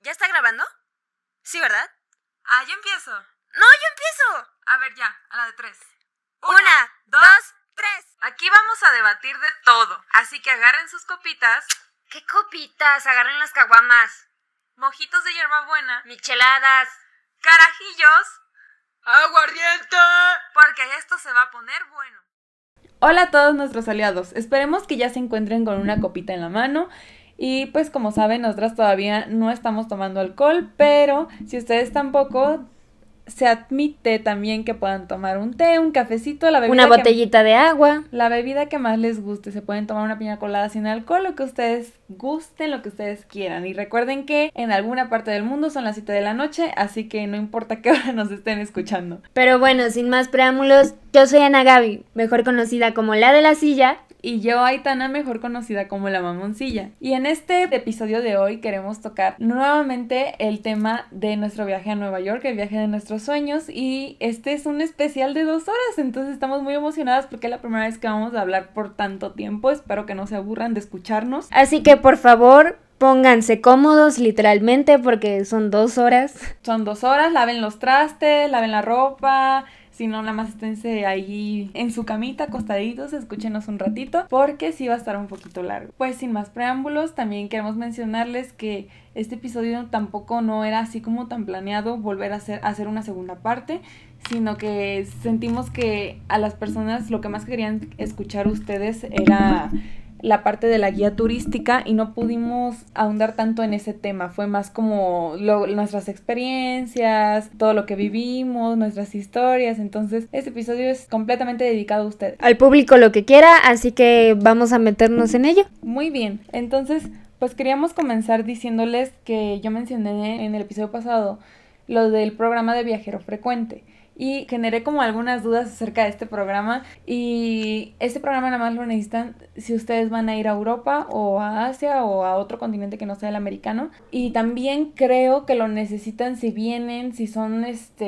¿Ya está grabando? Sí, ¿verdad? Ah, yo empiezo. ¡No, yo empiezo! A ver, ya, a la de 3. 1, 2, 3. Aquí vamos a debatir de todo, así que agarren sus copitas, ¿Qué copitas? Agarren las caguamas. mojitos de hierbabuena, Micheladas. carajillos, ¡Aguardiente! porque esto se va a poner bueno. Hola a todos nuestros aliados, esperemos que ya se encuentren con una copita en la mano y pues como saben nosotras todavía no estamos tomando alcohol, pero si ustedes tampoco, se admite también que puedan tomar un té, un cafecito, la bebida Una botellita de agua. la bebida que más les guste. Se pueden tomar una piña colada sin alcohol, lo que ustedes gusten, lo que ustedes quieran. Y recuerden que en alguna parte del mundo son las 7 de la noche, así que no importa qué hora nos estén escuchando. Pero bueno, sin más preámbulos, yo soy Ana Gaby, mejor conocida como la de la silla. Y yo, Aitana, mejor conocida como la Mamoncilla. Y en este episodio de hoy queremos tocar nuevamente el tema de nuestro viaje a Nueva York, el viaje de nuestros sueños. Y este es un especial de 2 horas, entonces estamos muy emocionadas porque es la primera vez que vamos a hablar por tanto tiempo. Espero que no se aburran de escucharnos. Así que por favor, pónganse cómodos literalmente porque son 2 horas. Son 2 horas, laven los trastes, laven la ropa. Si no, nada más esténse ahí en su camita, acostaditos, escúchenos un ratito, porque sí va a estar un poquito largo. Pues sin más preámbulos, también queremos mencionarles que este episodio tampoco no era así como tan planeado volver a hacer una segunda parte, sino que sentimos que a las personas lo que más querían escuchar ustedes era la parte de la guía turística y no pudimos ahondar tanto en ese tema. Fue más como nuestras experiencias, todo lo que vivimos, nuestras historias. Entonces este episodio es completamente dedicado a ustedes. Al público lo que quiera, así que vamos a meternos en ello. Muy bien, entonces pues queríamos comenzar diciéndoles que yo mencioné en el episodio pasado lo del programa de viajero frecuente. Y generé como algunas dudas acerca de este programa. Y este programa nada más lo necesitan si ustedes van a ir a Europa o a Asia o a otro continente que no sea el americano. Y también creo que lo necesitan si vienen, si son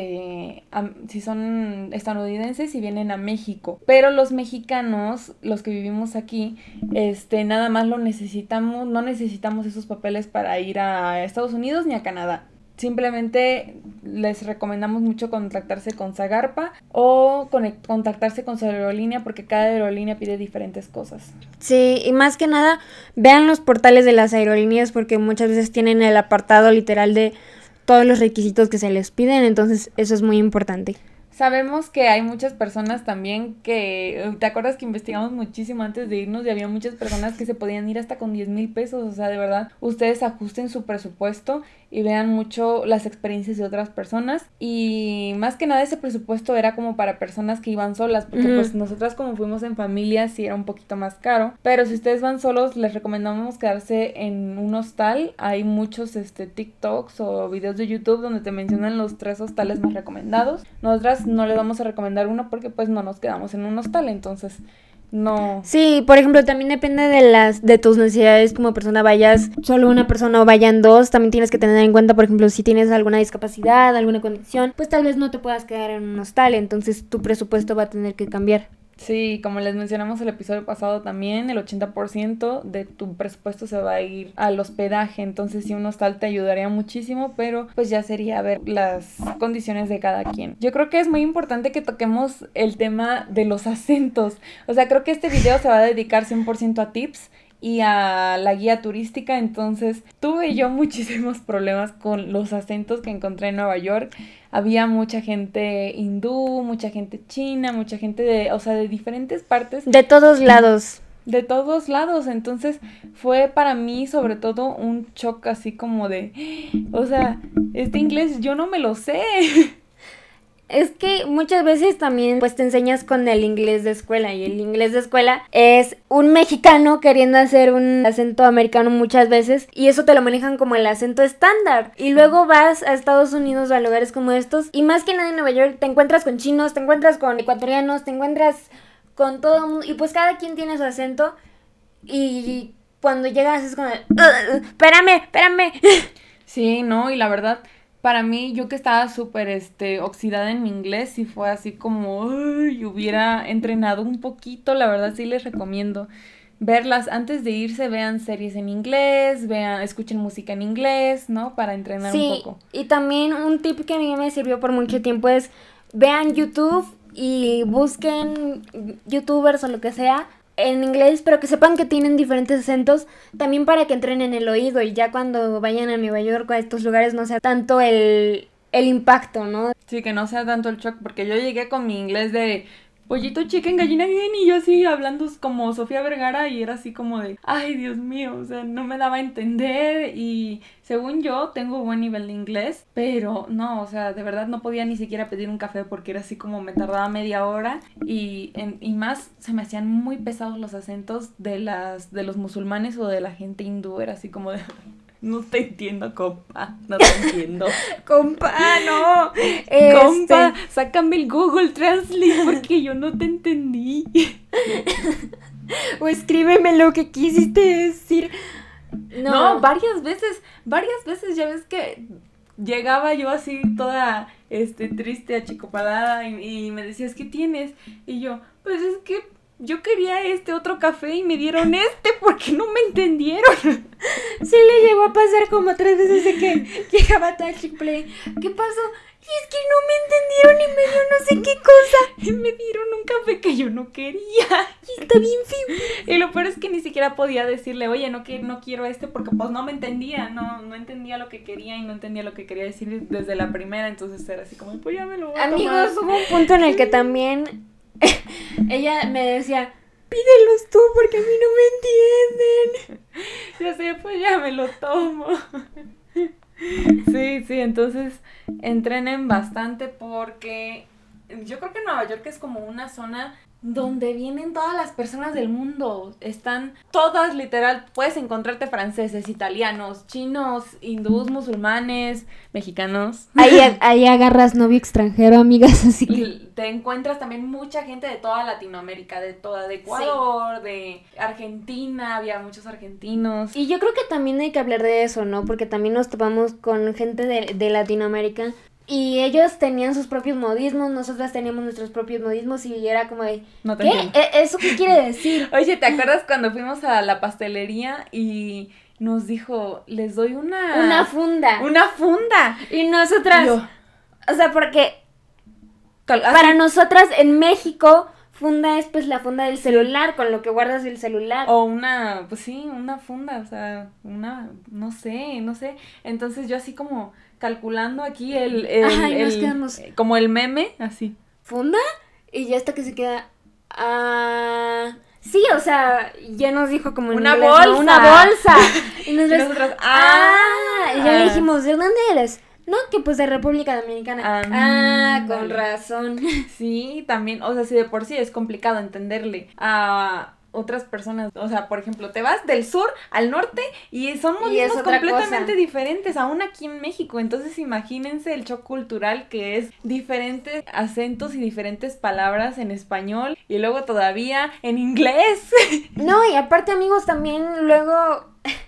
estadounidenses y vienen a México. Pero los mexicanos, los que vivimos aquí, nada más lo necesitamos, no necesitamos esos papeles para ir a Estados Unidos ni a Canadá. Simplemente les recomendamos mucho contactarse con Zagarpa o contactarse con su aerolínea porque cada aerolínea pide diferentes cosas. Sí, y más que nada, vean los portales de las aerolíneas porque muchas veces tienen el apartado literal de todos los requisitos que se les piden, entonces eso es muy importante. Sabemos que hay muchas personas también que, ¿te acuerdas que investigamos muchísimo antes de irnos y había muchas personas que se podían ir hasta con 10,000 pesos? O sea, de verdad, ustedes ajusten su presupuesto y vean mucho las experiencias de otras personas. Y más que nada ese presupuesto era como para personas que iban solas, porque pues nosotras como fuimos en familia sí era un poquito más caro. Pero si ustedes van solos, les recomendamos quedarse en un hostal. Hay muchos TikToks o videos de YouTube donde te mencionan los 3 hostales más recomendados. Nosotras no les vamos a recomendar uno porque pues no nos quedamos en un hostal, entonces no. Sí, por ejemplo, también depende de tus necesidades como persona, vayas solo una persona o vayan 2, también tienes que tener en cuenta, por ejemplo, si tienes alguna discapacidad, alguna condición, pues tal vez no te puedas quedar en un hostal, entonces tu presupuesto va a tener que cambiar. Sí, como les mencionamos el episodio pasado también, el 80% de tu presupuesto se va a ir al hospedaje, entonces sí, un hostal te ayudaría muchísimo, pero pues ya sería ver las condiciones de cada quien. Yo creo que es muy importante que toquemos el tema de los acentos, o sea, creo que este video se va a dedicar 100% a tips y a la guía turística, entonces tuve yo muchísimos problemas con los acentos que encontré en Nueva York. Había mucha gente hindú, mucha gente china, mucha gente de diferentes partes. De todos lados. De todos lados, entonces fue para mí sobre todo un shock así como de, o sea, este inglés yo no me lo sé. Es que muchas veces también pues te enseñas con el inglés de escuela y el inglés de escuela es un mexicano queriendo hacer un acento americano muchas veces y eso te lo manejan como el acento estándar y luego vas a Estados Unidos o a lugares como estos y más que nada en Nueva York te encuentras con chinos, te encuentras con ecuatorianos, te encuentras con todo el mundo y pues cada quien tiene su acento y cuando llegas es como espérame. Sí, no, y la verdad, para mí, yo que estaba súper oxidada en mi inglés, sí fue así como, hubiera entrenado un poquito, la verdad sí les recomiendo. verlas antes de irse, vean series en inglés, escuchen música en inglés, ¿no? Para entrenar un poco. Y también un tip que a mí me sirvió por mucho tiempo es vean YouTube y busquen youtubers o lo que sea en inglés, pero que sepan que tienen diferentes acentos, también para que entrenen el oído y ya cuando vayan a Nueva York o a estos lugares no sea tanto el impacto, ¿no? Sí, que no sea tanto el shock, porque yo llegué con mi inglés de pollito, chicken, gallina bien, y yo así hablando como Sofía Vergara, y era así como de, ay, Dios mío, o sea, no me daba a entender, y según yo tengo buen nivel de inglés, pero no, o sea, de verdad no podía ni siquiera pedir un café porque era así como me tardaba media hora, y más se me hacían muy pesados los acentos de los musulmanes o de la gente hindú, era así como de... No te entiendo, compa, no te entiendo. Compa, no. Compa, sácame el Google Translate porque yo no te entendí. O escríbeme lo que quisiste decir. No, varias veces ya ves que llegaba yo así toda triste, achicopalada y me decías, ¿qué tienes? Y yo, pues es que yo quería otro café y me dieron porque no me entendieron. Sí le llegó a pasar como 3 veces de que llegaba tal Chick-fil-A. ¿Qué pasó? Y es que no me entendieron y me dio no sé qué cosa. Y me dieron un café que yo no quería. Y está bien feo. Y lo peor es que ni siquiera podía decirle, oye, no quiero porque pues no me entendía, no entendía lo que quería y no entendía lo que quería decir desde la primera. Entonces era así como, pues ya me lo voy a tomar. Amigos, hubo un punto en el que también ella me decía, pídelos tú porque a mí no me entienden. Ya sé, pues ya me lo tomo. Sí, entonces entrenen bastante porque yo creo que Nueva York es como una zona donde vienen todas las personas del mundo. Están todas, literal, puedes encontrarte franceses, italianos, chinos, hindús, musulmanes, mexicanos. Ahí agarras novio extranjero, amigas, así que... Y te encuentras también mucha gente de toda Latinoamérica, de Ecuador, sí. De Argentina, había muchos argentinos. Y yo creo que también hay que hablar de eso, ¿no? Porque también nos topamos con gente de Latinoamérica. Y ellos tenían sus propios modismos, nosotras teníamos nuestros propios modismos y era como de... No te ¿qué? entiendo. ¿Eso qué quiere decir? Oye, ¿te acuerdas cuando fuimos a la pastelería y nos dijo, les doy una funda? ¡Una funda! Y nosotras... Yo, o sea, porque para nosotras en México... Funda es pues la funda del celular, con lo que guardas el celular. O una funda, o sea, no sé. Entonces yo así como calculando aquí nos quedamos. Como el meme, así. ¿Funda? Y ya hasta que se queda, sí, o sea, ya nos dijo como en una inglés, bolsa. ¿no? Una bolsa. Y nosotros, y ya le dijimos, ¿de dónde eres? No, que pues de República Dominicana. Con razón. Sí, también, o sea, si de por sí es complicado entenderle a otras personas, o sea, por ejemplo, te vas del sur al norte y son modismos completamente diferentes, aún aquí en México, entonces imagínense el shock cultural que es diferentes acentos y diferentes palabras en español y luego todavía en inglés. No, y aparte, amigos, también luego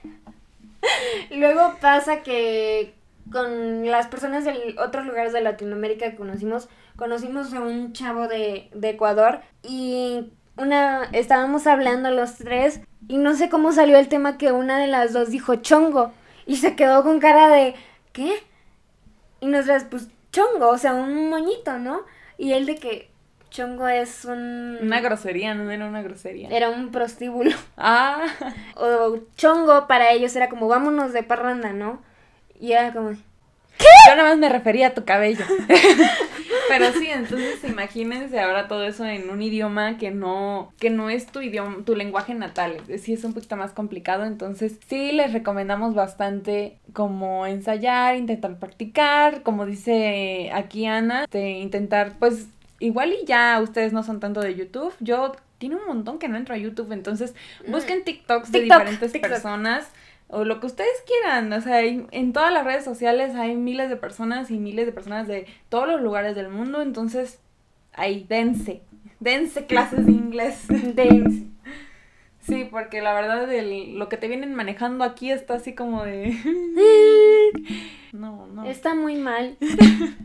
pasa que con las personas de otros lugares de Latinoamérica que conocimos a un chavo de Ecuador y estábamos hablando los tres y no sé cómo salió el tema que una de las dos dijo chongo y se quedó con cara de ¿qué? Y nosotras pues chongo, o sea, un moñito, ¿no? Y él de que chongo es una grosería, no era una grosería. Era un prostíbulo. O chongo para ellos era como vámonos de parranda, ¿no? Y era como... ¿qué? Yo nada más me refería a tu cabello. Pero sí, entonces imagínense ahora todo eso en un idioma que no es tu idioma, tu lenguaje natal. Sí es un poquito más complicado, entonces sí les recomendamos bastante como ensayar, intentar practicar, como dice aquí Ana, intentar pues igual y ya ustedes no son tanto de YouTube. Yo tiene un montón que no entro a YouTube, entonces busquen TikToks de diferentes personas. O lo que ustedes quieran, o sea, en todas las redes sociales hay miles de personas y miles de personas de todos los lugares del mundo, entonces, ahí, dense clases de inglés. Dense. Sí, porque la verdad lo que te vienen manejando aquí está así como de... No. Está muy mal.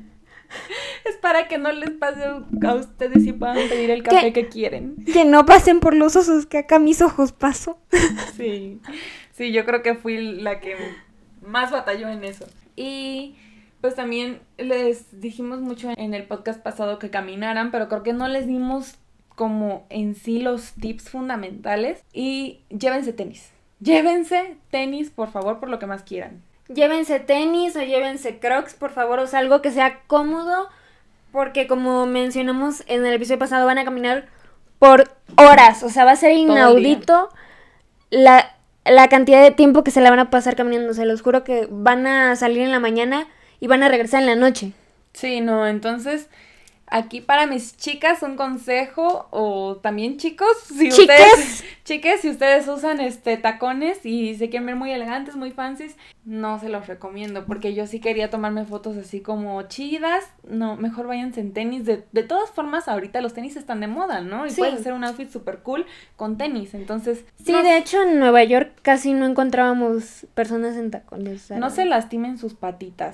Es para que no les pase a ustedes y puedan pedir el café que quieren. Que no pasen por los osos que acá mis ojos paso. Sí, sí, yo creo que fui la que más batalló en eso. Y pues también les dijimos mucho en el podcast pasado que caminaran, pero creo que no les dimos como en sí los tips fundamentales. Y llévense tenis. Llévense tenis, por favor, por lo que más quieran. Llévense tenis o llévense Crocs, por favor, o sea, algo que sea cómodo, porque como mencionamos en el episodio pasado, van a caminar por horas, o sea, va a ser inaudito la cantidad de tiempo que se la van a pasar caminando, se los juro que van a salir en la mañana y van a regresar en la noche. Sí, no, entonces aquí para mis chicas un consejo, o también chicos, si si ustedes usan tacones y se quieren ver muy elegantes, muy fancies, no se los recomiendo, porque yo sí quería tomarme fotos así como chidas. No, mejor váyanse en tenis. De todas formas, ahorita los tenis están de moda, ¿no? Y Sí. puedes hacer un outfit súper cool con tenis, entonces Sí, no, de hecho en Nueva York casi no encontrábamos personas en tacones. ¿sabes? no se lastimen sus patitas,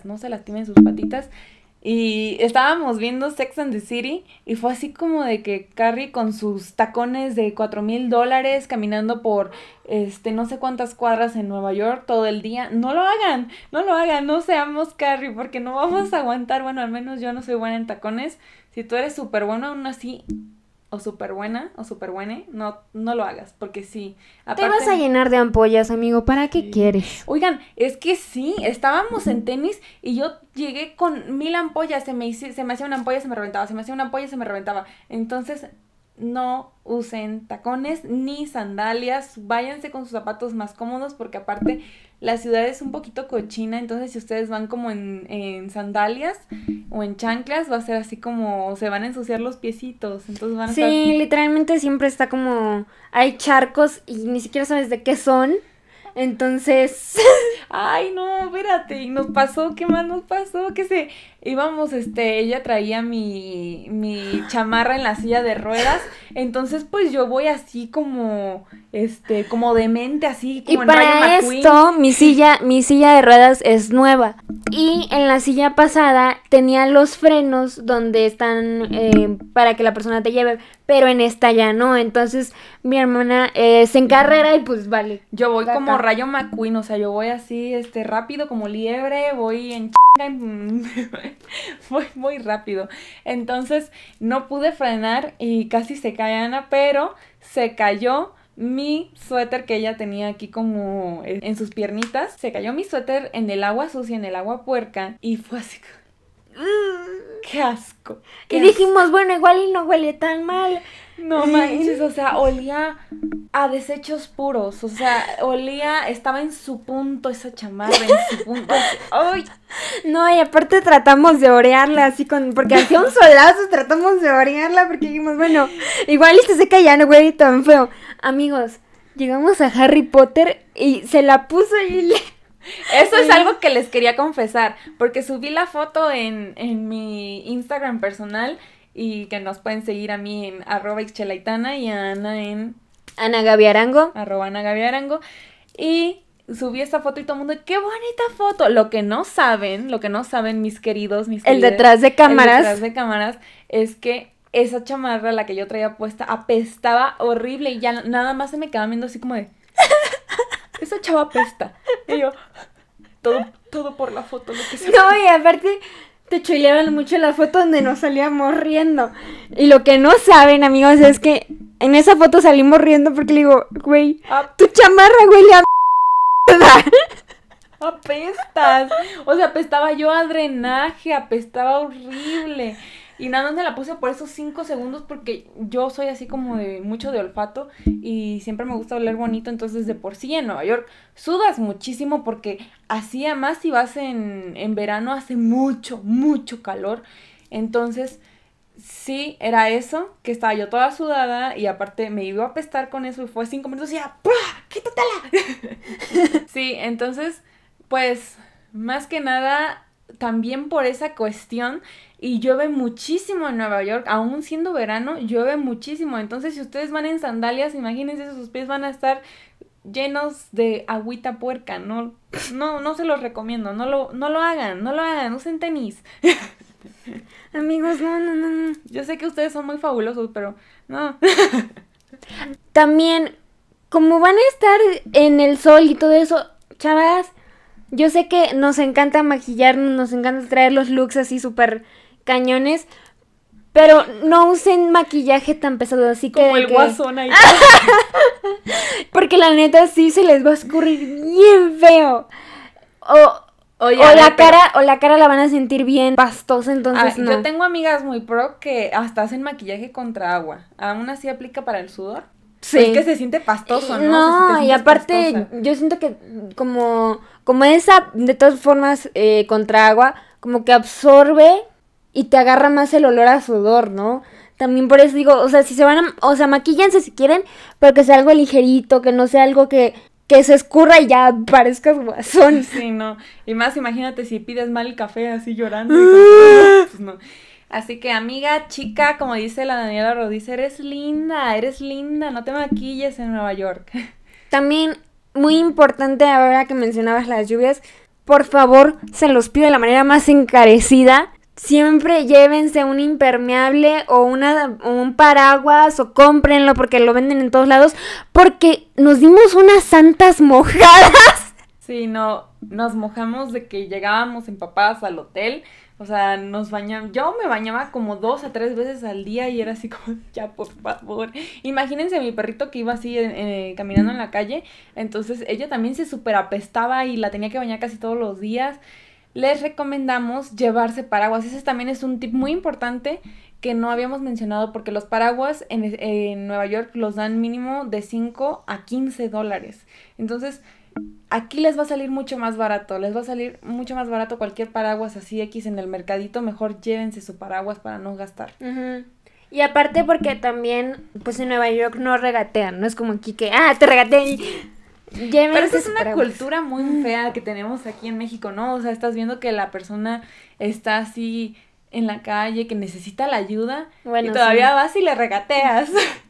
Y estábamos viendo Sex and the City y fue así como de que Carrie con sus tacones de $4,000 caminando por no sé cuántas cuadras en Nueva York todo el día. No lo hagan, no seamos Carrie, porque no vamos a aguantar. Bueno, al menos yo no soy buena en tacones. Si tú eres súper bueno aún así, o súper buena, o súper buena, no lo hagas, porque sí. Te vas a llenar de ampollas, amigo, ¿para qué quieres? Oigan, es que sí, estábamos en tenis y yo llegué con 1,000 ampollas, se me hacía una ampolla, se me reventaba, se me hacía una ampolla, se me reventaba. Entonces, no usen tacones ni sandalias, váyanse con sus zapatos más cómodos, porque aparte la ciudad es un poquito cochina, entonces si ustedes van como en sandalias o en chanclas, va a ser así como se van a ensuciar los piecitos, entonces van a estar... Sí, literalmente siempre está como... Hay charcos y ni siquiera sabes de qué son. Entonces... Ay, no, espérate, y nos pasó, ¿qué más nos pasó? Que íbamos, ella traía mi chamarra en la silla de ruedas, entonces pues yo voy así como, como demente, así como Y en Rayo para McQueen. esto, mi silla de ruedas es nueva. Y en la silla pasada tenía los frenos donde están para que la persona te lleve, pero en esta ya no. Entonces mi hermana se encarrera y pues vale. Yo voy como Acá. Rayo McQueen, o sea, yo voy así, rápido como liebre, voy en voy muy rápido. Entonces, no pude frenar y casi se cae Ana, pero se cayó mi suéter que ella tenía aquí como en sus piernitas. Se cayó mi suéter en el agua sucia, en el agua puerca, y fue así... ¡Qué asco! Y dijimos, bueno, igual y no huele tan mal. No manches, o sea, olía a desechos puros, o sea, estaba en su punto esa chamarra, en su punto. ¡Ay! No, y aparte tratamos de orearla así porque hacía un solazo, tratamos de orearla porque dijimos, bueno, igual y se seca ya, no huele tan feo. Amigos, llegamos a Harry Potter y se la puso y Eso es algo que les quería confesar, porque subí la foto en mi Instagram personal, y que nos pueden seguir a mí en @ixchelaitana y a Ana en Ana Gaby Arango. @AnaGabyArango, y subí esta foto y todo el mundo, ¡qué bonita foto! Lo que no saben, mis queridos, El detrás de cámaras. el detrás de cámaras, es que esa chamarra, la que yo traía puesta, apestaba horrible, y ya nada más se me quedaba viendo así como de... Esa chava apesta. Y yo, todo por la foto, lo que sea. No, y aparte te chuleaban mucho la foto donde nos salíamos riendo. Y lo que no saben, amigos, es que en esa foto salimos riendo porque le digo, güey, tu chamarra huele a mierda. Apestas. O sea, apestaba yo a drenaje, apestaba horrible. Y nada más me la puse por esos 5 segundos porque yo soy así como de mucho de olfato y siempre me gusta oler bonito. Entonces, de por sí en Nueva York sudas muchísimo porque así, además, si vas en verano hace mucho, mucho calor. Entonces, sí, era eso, que estaba yo toda sudada y aparte me iba a apestar con eso y fue 5 minutos y ya, ¡pah! ¡Quítatela! Sí, entonces, pues, más que nada, también por esa cuestión, y llueve muchísimo en Nueva York, aún siendo verano, llueve muchísimo. Entonces, si ustedes van en sandalias, imagínense, sus pies van a estar llenos de agüita puerca. No se los recomiendo, no lo hagan, usen tenis. Amigos, no. Yo sé que ustedes son muy fabulosos, pero no. También, como van a estar en el sol y todo eso, chavas, yo sé que nos encanta maquillarnos, nos encanta traer los looks así súper cañones, pero no usen maquillaje tan pesado, así que... Como el guasón ahí. Porque la neta sí se les va a escurrir bien feo. Oye, O la cara la van a sentir bien pastosa, entonces no. Yo tengo amigas muy pro que hasta hacen maquillaje contra agua. Aún así aplica para el sudor. Sí. Es que se siente pastoso, ¿no? No, Se y siente aparte pastosa. yo siento que como esa, de todas formas, contra agua, como que absorbe y te agarra más el olor a sudor, ¿no? También por eso digo, o sea, si se van a, o sea, maquíllense si quieren, pero que sea algo ligerito, que no sea algo que se escurra y ya parezcas guasón. Sí, no. Y más, imagínate si pides mal el café así llorando. Y pues no. Así que, amiga, chica, como dice la Daniela Rodice, eres linda, no te maquilles en Nueva York. También, muy importante ahora que mencionabas las lluvias, por favor, se los pido de la manera más encarecida. Siempre llévense un impermeable o un paraguas o cómprenlo porque lo venden en todos lados. Porque nos dimos unas santas mojadas. Sí, no, nos mojamos de que llegábamos empapadas al hotel. O sea, nos bañamos. Yo me bañaba como 2 a 3 veces al día y era así como, ya, por favor. Imagínense a mi perrito que iba así caminando en la calle. Entonces ella también se súper apestaba y la tenía que bañar casi todos los días. Les recomendamos llevarse paraguas. Ese también es un tip muy importante que no habíamos mencionado porque los paraguas en Nueva York los dan mínimo de $5 a $15. Entonces, aquí les va a salir mucho más barato. Les va a salir mucho más barato cualquier paraguas así X en el mercadito. Mejor llévense su paraguas para no gastar. Uh-huh. Y aparte porque también, pues en Nueva York no regatean. No es como aquí que, te regatean y... Pero esa es una cultura muy fea que tenemos aquí en México, ¿no? O sea, estás viendo que la persona está así en la calle, que necesita la ayuda, y todavía vas y le regateas.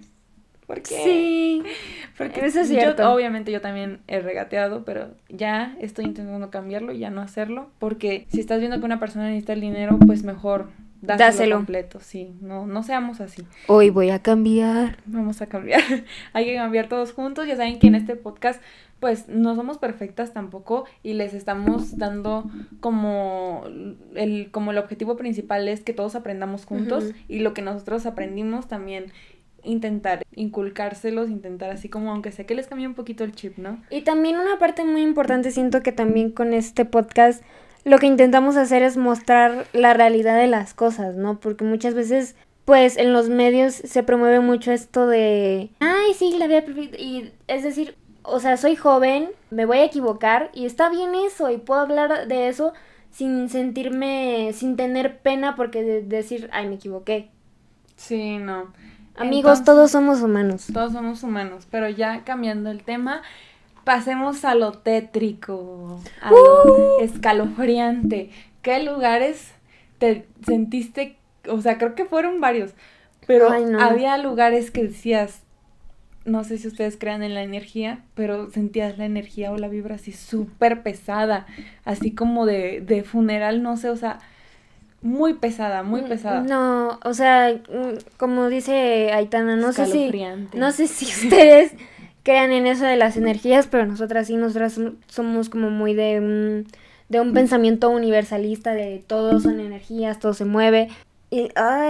¿Por qué? Sí, porque eso es cierto. Obviamente yo también he regateado, pero ya estoy intentando cambiarlo y ya no hacerlo, porque si estás viendo que una persona necesita el dinero, pues mejor dáselo completo, sí, no seamos así. Hoy voy a cambiar. Vamos a cambiar, hay que cambiar todos juntos. Ya saben que en este podcast pues no somos perfectas tampoco y les estamos dando como el objetivo principal es que todos aprendamos juntos. Uh-huh. Y lo que nosotros aprendimos también intentar inculcárselos, intentar así como aunque sé que les cambie un poquito el chip, ¿no? Y también una parte muy importante, siento que también con este podcast lo que intentamos hacer es mostrar la realidad de las cosas, ¿no? Porque muchas veces, pues, en los medios se promueve mucho esto de... Ay, sí, la vida perfecta. Y es decir, o sea, soy joven, me voy a equivocar y está bien eso y puedo hablar de eso sin sentirme, sin tener pena porque decir, ay, me equivoqué. Sí, no. Amigos, todos somos humanos. Todos somos humanos, pero ya cambiando el tema... Pasemos a lo tétrico, a lo escalofriante. ¿Qué lugares te sentiste? O sea, creo que fueron varios, pero había lugares que decías, no sé si ustedes crean en la energía, pero sentías la energía o la vibra así súper pesada, así como de funeral, no sé, o sea, muy pesada, muy pesada. No, o sea, como dice Aitana, no sé si ustedes... crean en eso de las energías, pero nosotras somos como muy de un pensamiento universalista, de todos son energías, todo se mueve. Y,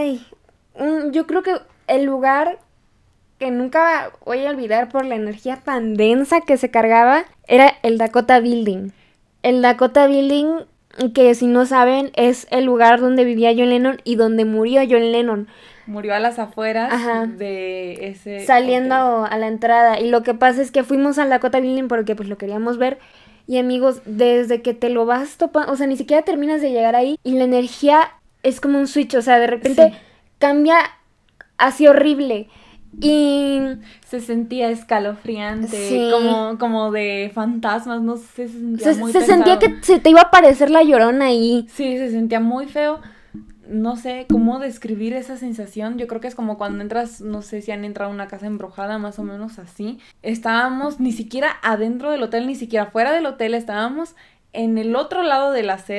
yo creo que el lugar que nunca voy a olvidar por la energía tan densa que se cargaba era el Dakota Building. El Dakota Building, que si no saben, es el lugar donde vivía John Lennon y donde murió John Lennon. Murió a las afueras de ese saliendo hotel. A la entrada. Y lo que pasa es que fuimos al Dakota Building porque pues lo queríamos ver. Y amigos, desde que te lo vas topando, o sea, ni siquiera terminas de llegar ahí y la energía es como un switch, o sea, de repente cambia así horrible. Y se sentía escalofriante, como de fantasmas, no sé, se sentía muy se pesado. sentía que se te iba a aparecer la Llorona ahí. Sí, se sentía muy feo. No sé cómo describir esa sensación. Yo creo que es como cuando entras, no sé si han entrado a una casa embrujada, más o menos así. Estábamos ni siquiera adentro del hotel, ni siquiera fuera del hotel, estábamos en el otro lado de la acera.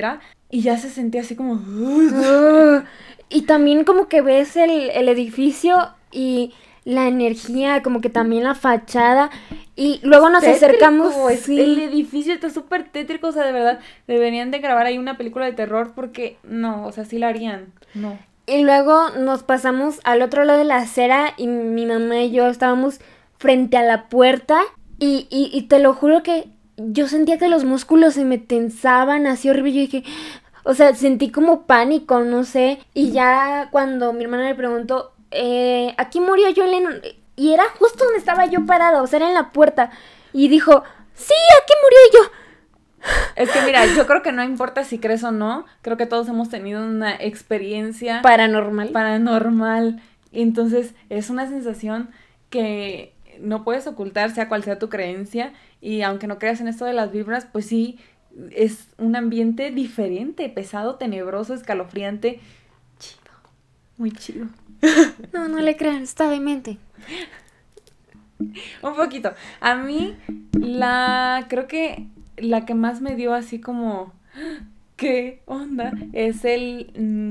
y ya se sentía así como... Y también como que ves el edificio y la energía, como que también la fachada. Y luego nos acercamos. Sí. El edificio está súper tétrico, o sea, de verdad, deberían de grabar ahí una película de terror porque no, o sea, sí la harían, no. Y luego nos pasamos al otro lado de la acera y mi mamá y yo estábamos frente a la puerta y te lo juro que yo sentía que los músculos se me tensaban así horrible. Yo dije, o sea, sentí como pánico, no sé. Y ya cuando mi hermana le preguntó, aquí murió John Lennon. Y era justo donde estaba yo parada, o sea, era en la puerta. Y dijo, sí, aquí murió yo. Es que mira, yo creo que no importa si crees o no, creo que todos hemos tenido una experiencia paranormal. Entonces es una sensación que no puedes ocultar, sea cual sea tu creencia. Y aunque no creas en esto de las vibras, pues sí, es un ambiente diferente, pesado, tenebroso, escalofriante. Chido, muy chido. No le crean, está demente. Un poquito. A mí, creo que la que más me dio así como, ¿qué onda? Es el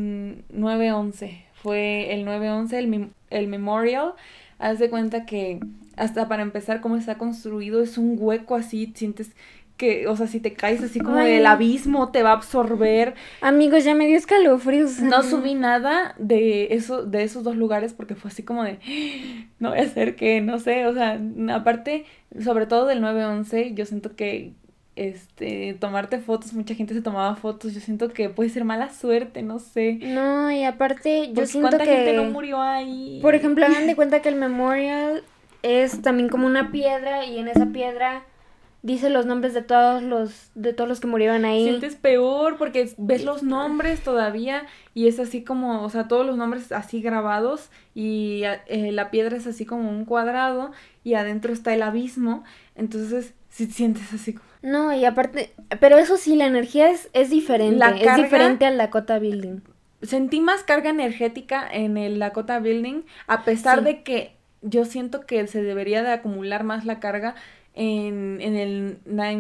9/11. Fue el 9/11, el memorial. Haz de cuenta que, hasta para empezar, cómo está construido, es un hueco así, sientes que, o sea, si te caes así como del abismo, te va a absorber. Amigos, ya me dio escalofríos. No subí nada de esos dos lugares porque fue así como de, no voy a hacer que, no sé, o sea, aparte, sobre todo del 9/11, yo siento que, tomarte fotos, mucha gente se tomaba fotos, yo siento que puede ser mala suerte, no sé. No, y aparte, yo Pues, siento ¿cuánta que... gente no murió ahí? Por ejemplo, hagan de cuenta que el memorial es también como una piedra y en esa piedra dice los nombres de todos los que murieron ahí. Sientes peor porque ves los nombres todavía y es así como, o sea, todos los nombres así grabados y la piedra es así como un cuadrado y adentro está el abismo, entonces sí sientes así como... No, y aparte, pero eso sí, la energía es diferente, es diferente al Dakota Building. Sentí más carga energética en el Dakota Building, a pesar de que yo siento que se debería de acumular más la carga en el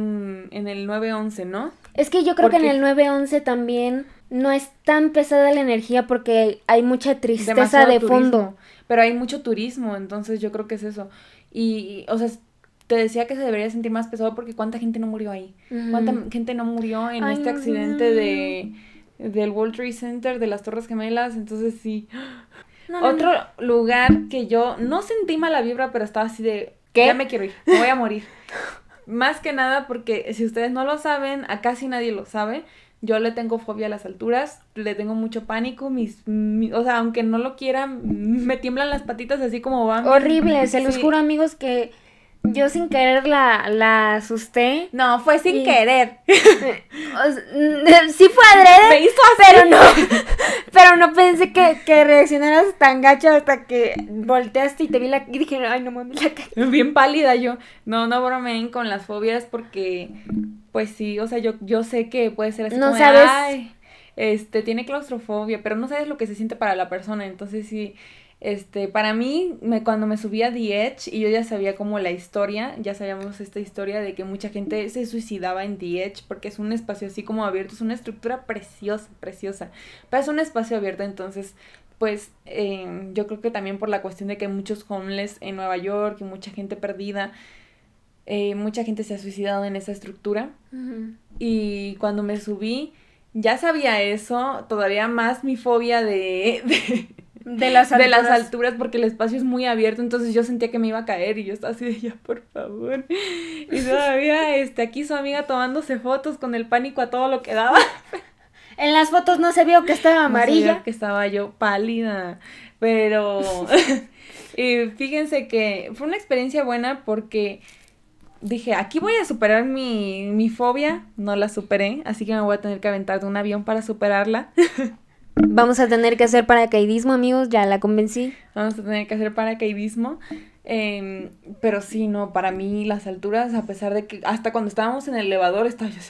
9/11, ¿no? Es que yo creo que en el 9/11 también no es tan pesada la energía porque hay mucha tristeza de fondo. Pero hay mucho turismo, entonces yo creo que es eso. Y o sea, te decía que se debería sentir más pesado porque ¿cuánta gente no murió ahí? ¿Cuánta gente no murió en este accidente del World Trade Center, de las Torres Gemelas? Entonces sí. Otro lugar que yo no sentí mala vibra, pero estaba así de... ¿Qué? Ya me quiero ir, me voy a morir. Más que nada porque si ustedes no lo saben, a casi nadie lo sabe, yo le tengo fobia a las alturas, le tengo mucho pánico, o sea, aunque no lo quiera, me tiemblan las patitas así como van. Horrible, se los juro, amigos, que yo sin querer la asusté. No, fue sin querer. Sí fue adrede, me hizo así. pero no pensé que reaccionaras tan gacho hasta que volteaste y te vi y dije, ay, no mames, la cara. Bien pálida yo. No bromeen con las fobias porque, pues sí, o sea, yo sé que puede ser así no como sabes. Ay, tiene claustrofobia, pero no sabes lo que se siente para la persona, entonces sí. Para mí, cuando me subí a The Edge y yo ya sabía como la historia, ya sabíamos esta historia de que mucha gente se suicidaba en The Edge porque es un espacio así como abierto, es una estructura preciosa, pero es un espacio abierto, entonces, pues, yo creo que también por la cuestión de que hay muchos homeless en Nueva York y mucha gente perdida, mucha gente se ha suicidado en esa estructura. Y cuando me subí, ya sabía eso, todavía más mi fobia de las alturas porque el espacio es muy abierto, entonces yo sentía que me iba a caer y yo estaba así de ya, por favor. Y todavía aquí su amiga tomándose fotos con el pánico a todo lo que daba. En las fotos no se vio que estaba amarilla. No se vio que estaba yo pálida, pero y fíjense que fue una experiencia buena porque dije, aquí voy a superar mi fobia, no la superé, así que me voy a tener que aventar de un avión para superarla. Vamos a tener que hacer paracaidismo, amigos, ya la convencí. Vamos a tener que hacer paracaidismo. Pero sí, no, para mí las alturas, a pesar de que hasta cuando estábamos en el elevador, estaba yo así.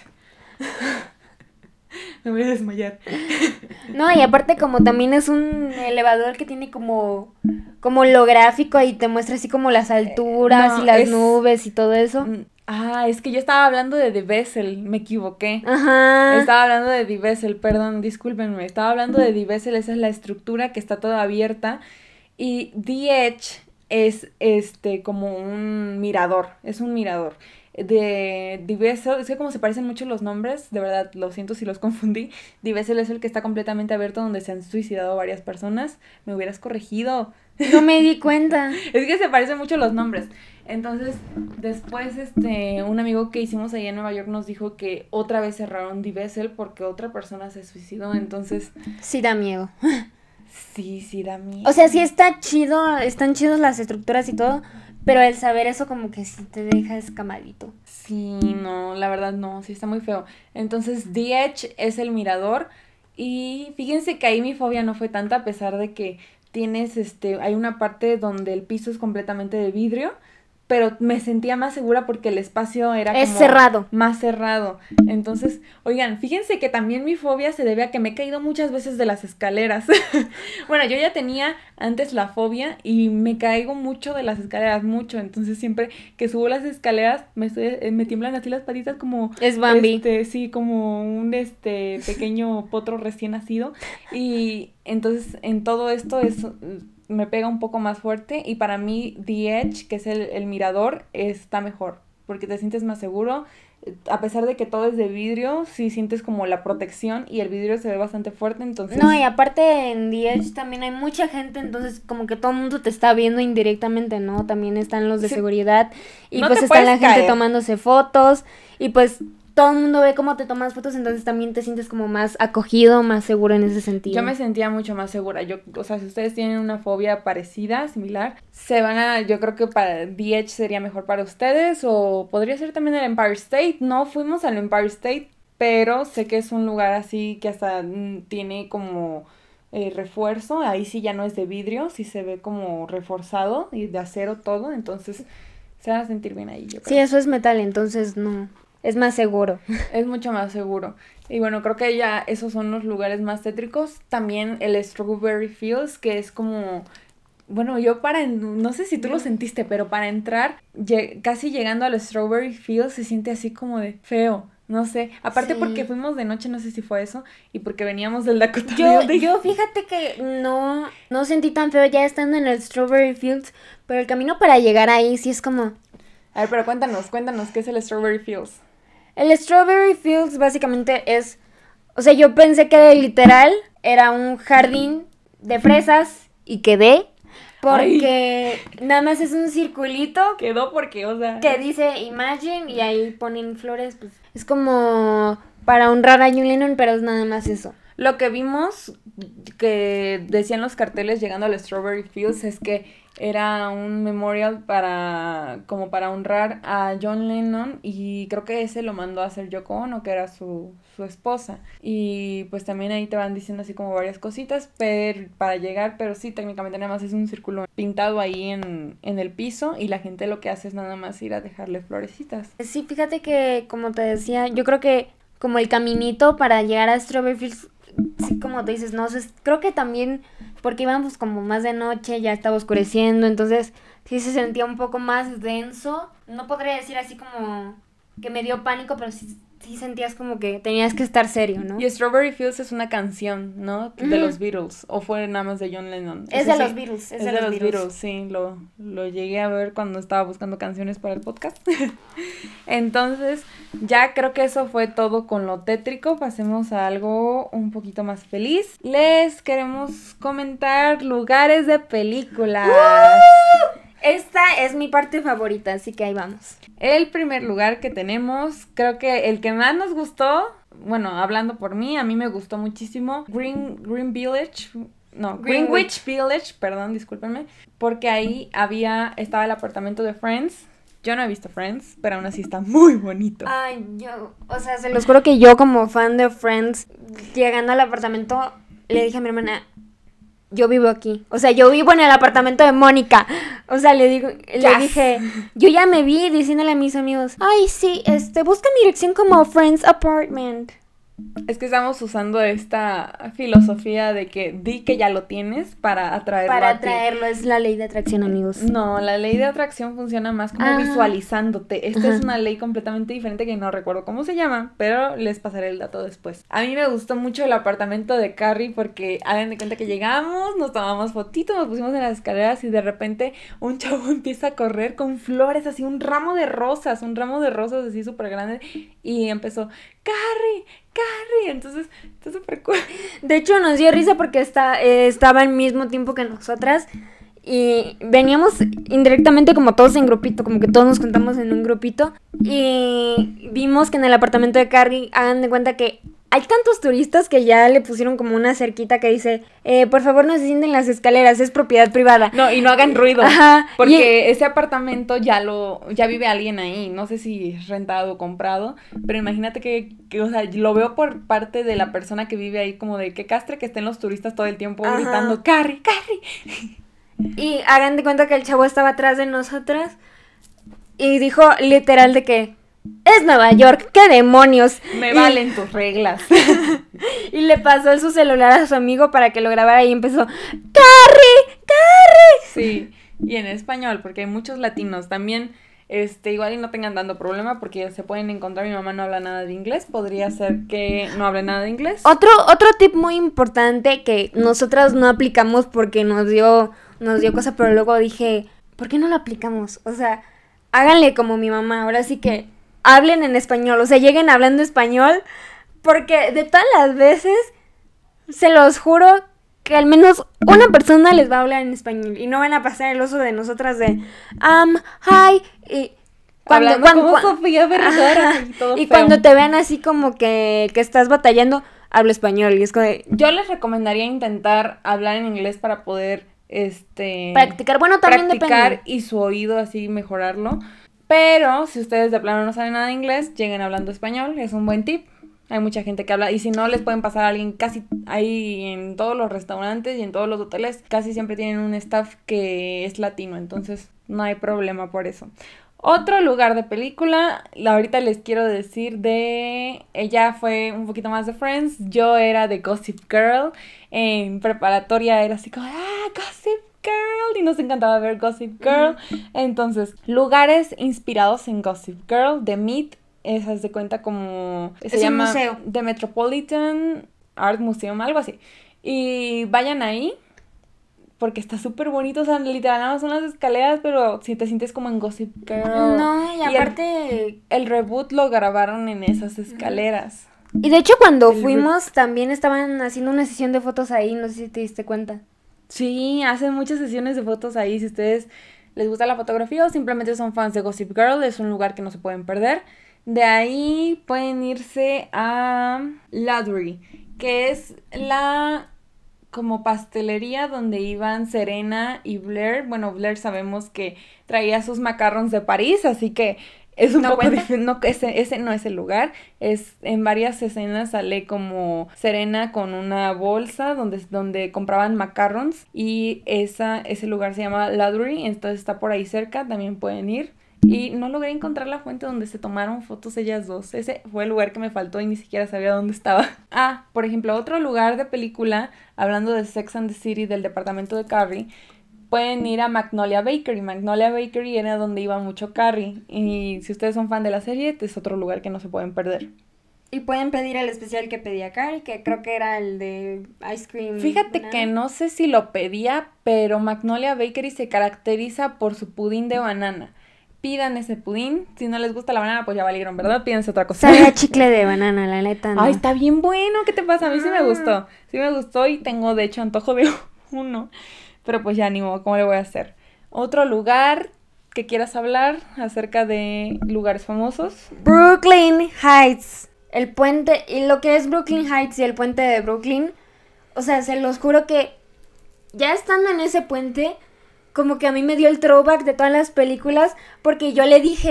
Me voy a desmayar. No, y aparte como también es un elevador que tiene como holográfico y te muestra así como las alturas y las nubes y todo eso. Es que yo estaba hablando de The Vessel, me equivoqué. Ajá. Estaba hablando de The Vessel, perdón, discúlpenme. Estaba hablando de The Vessel, esa es la estructura que está toda abierta. Y The Edge es como un mirador, es un mirador. De The Vessel, es que como se parecen mucho los nombres, de verdad, lo siento si los confundí. The Vessel es el que está completamente abierto, donde se han suicidado varias personas. Me hubieras corregido. No me di cuenta. Es que se parecen mucho los nombres. Entonces, después, un amigo que hicimos allá en Nueva York nos dijo que otra vez cerraron The Vessel porque otra persona se suicidó. Entonces, Sí da miedo. sí da miedo. O sea, sí está chido, están chidos las estructuras y todo, pero el saber eso como que sí te deja escamadito. Sí, no, la verdad no, sí está muy feo. Entonces, The Edge es el mirador. Y fíjense que ahí mi fobia no fue tanta, a pesar de que tienes, hay una parte donde el piso es completamente de vidrio, pero me sentía más segura porque el espacio era Es como cerrado. más cerrado. Entonces, oigan, fíjense que también mi fobia se debe a que me he caído muchas veces de las escaleras. Bueno, yo ya tenía antes la fobia y me caigo mucho de las escaleras, mucho. Entonces, siempre que subo las escaleras me tiemblan así las patitas como... Es Bambi. Sí, como un pequeño potro recién nacido. Y entonces, en todo esto me pega un poco más fuerte, y para mí The Edge, que es el mirador, está mejor, porque te sientes más seguro. A pesar de que todo es de vidrio, sí sientes como la protección, y el vidrio se ve bastante fuerte, entonces... No, y aparte en The Edge también hay mucha gente, entonces como que todo el mundo te está viendo indirectamente, ¿no? También están los de Sí. seguridad y No pues te está la puedes gente caer. tomándose fotos y pues todo el mundo ve cómo te tomas fotos, entonces también te sientes como más acogido, más seguro en ese sentido. Yo me sentía mucho más segura. O sea, si ustedes tienen una fobia parecida, similar, yo creo que para The Edge sería mejor para ustedes, o podría ser también el Empire State. No fuimos al Empire State, pero sé que es un lugar así que hasta tiene como refuerzo. Ahí sí ya no es de vidrio, sí se ve como reforzado y de acero todo, entonces se van a sentir bien ahí, yo creo. Sí, eso es metal, entonces no, es más seguro. Es mucho más seguro. Y bueno, creo que ya esos son los lugares más tétricos. También el Strawberry Fields, que es como... Bueno, no sé si tú lo sentiste, pero para entrar, casi llegando al Strawberry Fields se siente así como de feo. No sé. Aparte Sí. porque fuimos de noche, no sé si fue eso. Y porque veníamos del Dakota Building. Yo fíjate que no sentí tan feo ya estando en el Strawberry Fields, pero el camino para llegar ahí sí es como... A ver, pero cuéntanos, ¿qué es el Strawberry Fields? El Strawberry Fields básicamente es... O sea, yo pensé que literal era un jardín de fresas y quedé porque nada más es un circulito Quedó porque, o sea... que dice Imagine y ahí ponen flores, pues es como para honrar a John Lennon, pero es nada más eso. Lo que vimos que decían los carteles llegando al Strawberry Fields es que era un memorial como para honrar a John Lennon, y creo que ese lo mandó a hacer Yoko Ono, que era su esposa. Y pues también ahí te van diciendo así como varias cositas para llegar, pero sí, técnicamente nada más es un círculo pintado ahí en el piso, y la gente lo que hace es nada más ir a dejarle florecitas. Sí, fíjate que como te decía, yo creo que como el caminito para llegar a Strawberry Fields, sí, como te dices, no sé, creo que también porque íbamos como más de noche, ya estaba oscureciendo, entonces sí se sentía un poco más denso. No podría decir así como que me dio pánico, pero sí sentías como que tenías que estar serio, ¿no? Y Strawberry Fields es una canción, ¿no? De Ujú. los Beatles, o fue nada más de John Lennon. Es Eso de sí, los Beatles, es de los Beatles, sí, lo llegué a ver cuando estaba buscando canciones para el podcast. Entonces, ya creo que eso fue todo con lo tétrico. Pasemos a algo un poquito más feliz. Les queremos comentar lugares de películas. Esta es mi parte favorita, así que ahí vamos. El primer lugar que tenemos, creo que el que más nos gustó, bueno, hablando por mí, a mí me gustó muchísimo, Greenwich Village, perdón, discúlpenme, porque ahí estaba el apartamento de Friends. Yo no he visto Friends, pero aún así está muy bonito. Ay, o sea, se los juro que yo como fan de Friends, llegando al apartamento, le dije a mi hermana, yo vivo aquí. O sea, yo vivo en el apartamento de Mónica. O sea, le dije, yo ya me vi diciéndole a mis amigos, ay, sí, busca mi dirección como Friends Apartment. Es que estamos usando esta filosofía de que di que ya lo tienes para atraerlo Para a ti. atraerlo, es la ley de atracción, amigos. No, la ley de atracción funciona más como visualizándote. Esta es una ley completamente diferente que no recuerdo cómo se llama, pero les pasaré el dato después. A mí me gustó mucho el apartamento de Carrie porque hagan de cuenta que llegamos, nos tomamos fotitos, nos pusimos en las escaleras y de repente un chavo empieza a correr con flores, así un ramo de rosas así súper grande y empezó, Carrie, entonces está súper cool. De hecho, nos dio risa porque estaba al mismo tiempo que nosotras. Y veníamos indirectamente como todos en grupito, como que todos nos juntamos en un grupito. Y vimos que en el apartamento de Carrie, hagan de cuenta que hay tantos turistas que ya le pusieron como una cerquita que dice, por favor no se sienten en las escaleras, es propiedad privada. No, y no hagan ruido. Ajá. Porque ese apartamento ya vive alguien ahí. No sé si es rentado o comprado. Pero imagínate que, o sea, lo veo por parte de la persona que vive ahí, como de que castre que estén los turistas todo el tiempo gritando, Carrie. Y hagan de cuenta que el chavo estaba atrás de nosotras y dijo literal de que es Nueva York, qué demonios. Me valen tus reglas. Y le pasó su celular a su amigo para que lo grabara y empezó, ¡Carrie! Sí, y en español, porque hay muchos latinos también. Igual y no tengan tanto problema porque se pueden encontrar, mi mamá no habla nada de inglés, podría ser que no hable nada de inglés. Otro tip muy importante que nosotras no aplicamos porque nos dio cosa, pero luego dije, ¿por qué no lo aplicamos? O sea, háganle como mi mamá, ahora sí que hablen en español, o sea, lleguen hablando español, porque de todas las veces, se los juro que al menos una persona les va a hablar en español y no van a pasar el oso de nosotras de hi, y hablando como Sofía Vergara y todo y feo. cuando te vean así como que estás batallando, habla español y es como de, yo les recomendaría intentar hablar en inglés para poder practicar, bueno, también practicar depende. y su oído así mejorarlo. Pero si ustedes de plano no saben nada de inglés, lleguen hablando español, es un buen tip. Hay mucha gente que habla, y si no, les pueden pasar a alguien casi ahí en todos los restaurantes y en todos los hoteles, casi siempre tienen un staff que es latino, entonces no hay problema por eso. Otro lugar de película, ahorita les quiero decir ella fue un poquito más de Friends, yo era de Gossip Girl, en preparatoria era así como, Gossip Girl, y nos encantaba ver Gossip Girl. Entonces, lugares inspirados en Gossip Girl, The Meet, esas de cuenta como se llama un museo. The Metropolitan Art Museum, algo así. Y vayan ahí porque está súper bonito, o sea, literal nada más son las escaleras, pero si te sientes como en Gossip Girl. No, y aparte el reboot lo grabaron en esas escaleras. Y de hecho cuando fuimos también estaban haciendo una sesión de fotos ahí, no sé si te diste cuenta. Sí, hacen muchas sesiones de fotos ahí. Si ustedes les gusta la fotografía o simplemente son fans de Gossip Girl, es un lugar que no se pueden perder. De ahí pueden irse a Ladry, que es la como pastelería donde iban Serena y Blair. Bueno, Blair sabemos que traía sus macarrons de París, así que es un poco diferente. No, ese no es el lugar. En varias escenas sale como Serena con una bolsa donde compraban macarrons, y ese lugar se llama Ladry, entonces está por ahí cerca, también pueden ir. Y no logré encontrar la fuente donde se tomaron fotos ellas dos. Ese fue el lugar que me faltó y ni siquiera sabía dónde estaba. Por ejemplo, otro lugar de película, hablando de Sex and the City, del departamento de Carrie, pueden ir a Magnolia Bakery. Magnolia Bakery era donde iba mucho Carrie. Y si ustedes son fan de la serie, es otro lugar que no se pueden perder. Y pueden pedir el especial que pedía Carrie, que creo que era el de ice cream. Fíjate que no sé si lo pedía, pero Magnolia Bakery se caracteriza por su pudín de banana. Pidan ese pudín. Si no les gusta la banana, pues ya valieron, ¿verdad? Pídense otra cosa. Sabe a chicle de banana, la neta, no. Ay, está bien bueno. ¿Qué te pasa? A mí sí me gustó. Sí me gustó y tengo, de hecho, antojo de uno. Pero pues ya ni modo, ¿cómo le voy a hacer? Otro lugar que quieras hablar acerca de lugares famosos. Brooklyn Heights. El puente, y lo que es Brooklyn Heights y el puente de Brooklyn. O sea, se los juro que ya estando en ese puente, como que a mí me dio el throwback de todas las películas, porque yo le dije,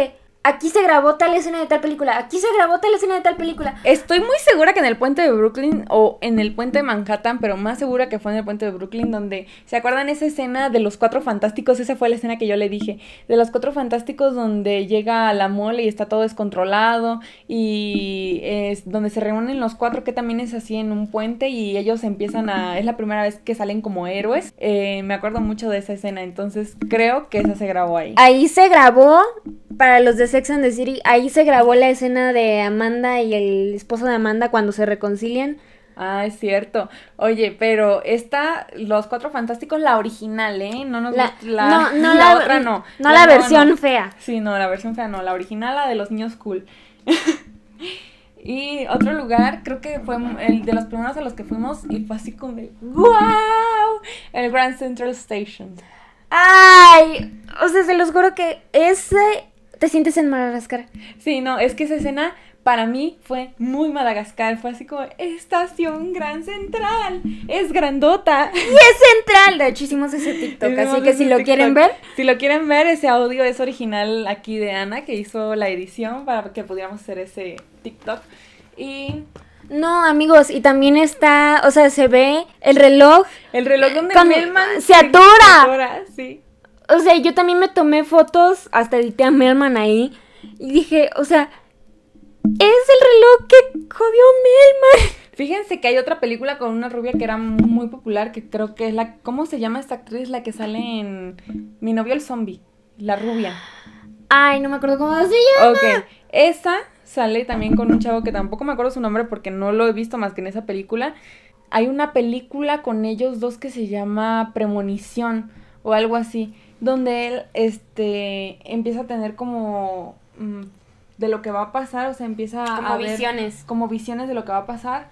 aquí se grabó tal escena de tal película, aquí se grabó tal escena de tal película. Estoy muy segura que en el puente de Brooklyn o en el puente de Manhattan, pero más segura que fue en el puente de Brooklyn, donde, ¿se acuerdan esa escena de los Cuatro Fantásticos? Esa fue la escena que yo le dije, de los Cuatro Fantásticos, donde llega a la mole y está todo descontrolado, y es donde se reúnen los cuatro, que también es así en un puente, y ellos empiezan a, es la primera vez que salen como héroes. Me acuerdo mucho de esa escena, entonces creo que esa se grabó ahí. Ahí se grabó, para los de Sex and the City, ahí se grabó la escena de Amanda y el esposo de Amanda cuando se reconcilian. Ah, es cierto. Oye, pero Los Cuatro Fantásticos, la original, ¿eh? No nos gusta la otra no. No la versión fea. Sí, no, la versión fea no. La original, la de los niños cool. Y otro lugar, creo que fue el de los primeros a los que fuimos y fue así como de ¡wow! El Grand Central Station. Ay, o sea, se los juro que te sientes en Madagascar. Sí, no, es que esa escena para mí fue muy Madagascar. Fue así como, Estación Gran Central, es grandota. Y es central. De hecho, hicimos ese TikTok, así que si lo quieren ver. Si lo quieren ver, ese audio es original aquí de Ana, que hizo la edición para que pudiéramos hacer ese TikTok. Y... No, amigos, y también está, o sea, se ve el reloj. El reloj donde Melman se atora. Se atora, sí. O sea, yo también me tomé fotos, hasta edité a Melman ahí. Y dije, o sea, es el reloj que jodió Melman. Fíjense que hay otra película con una rubia que era muy popular, que creo que es la... ¿Cómo se llama esta actriz? La que sale en Mi novio el zombie, la rubia. Ay, no me acuerdo cómo se llama. Ok, esa sale también con un chavo que tampoco me acuerdo su nombre porque no lo he visto más que en esa película. Hay una película con ellos dos que se llama Premonición o algo así, donde él empieza a tener como de lo que va a pasar, o sea, empieza como a ver visiones. como visiones de lo que va a pasar.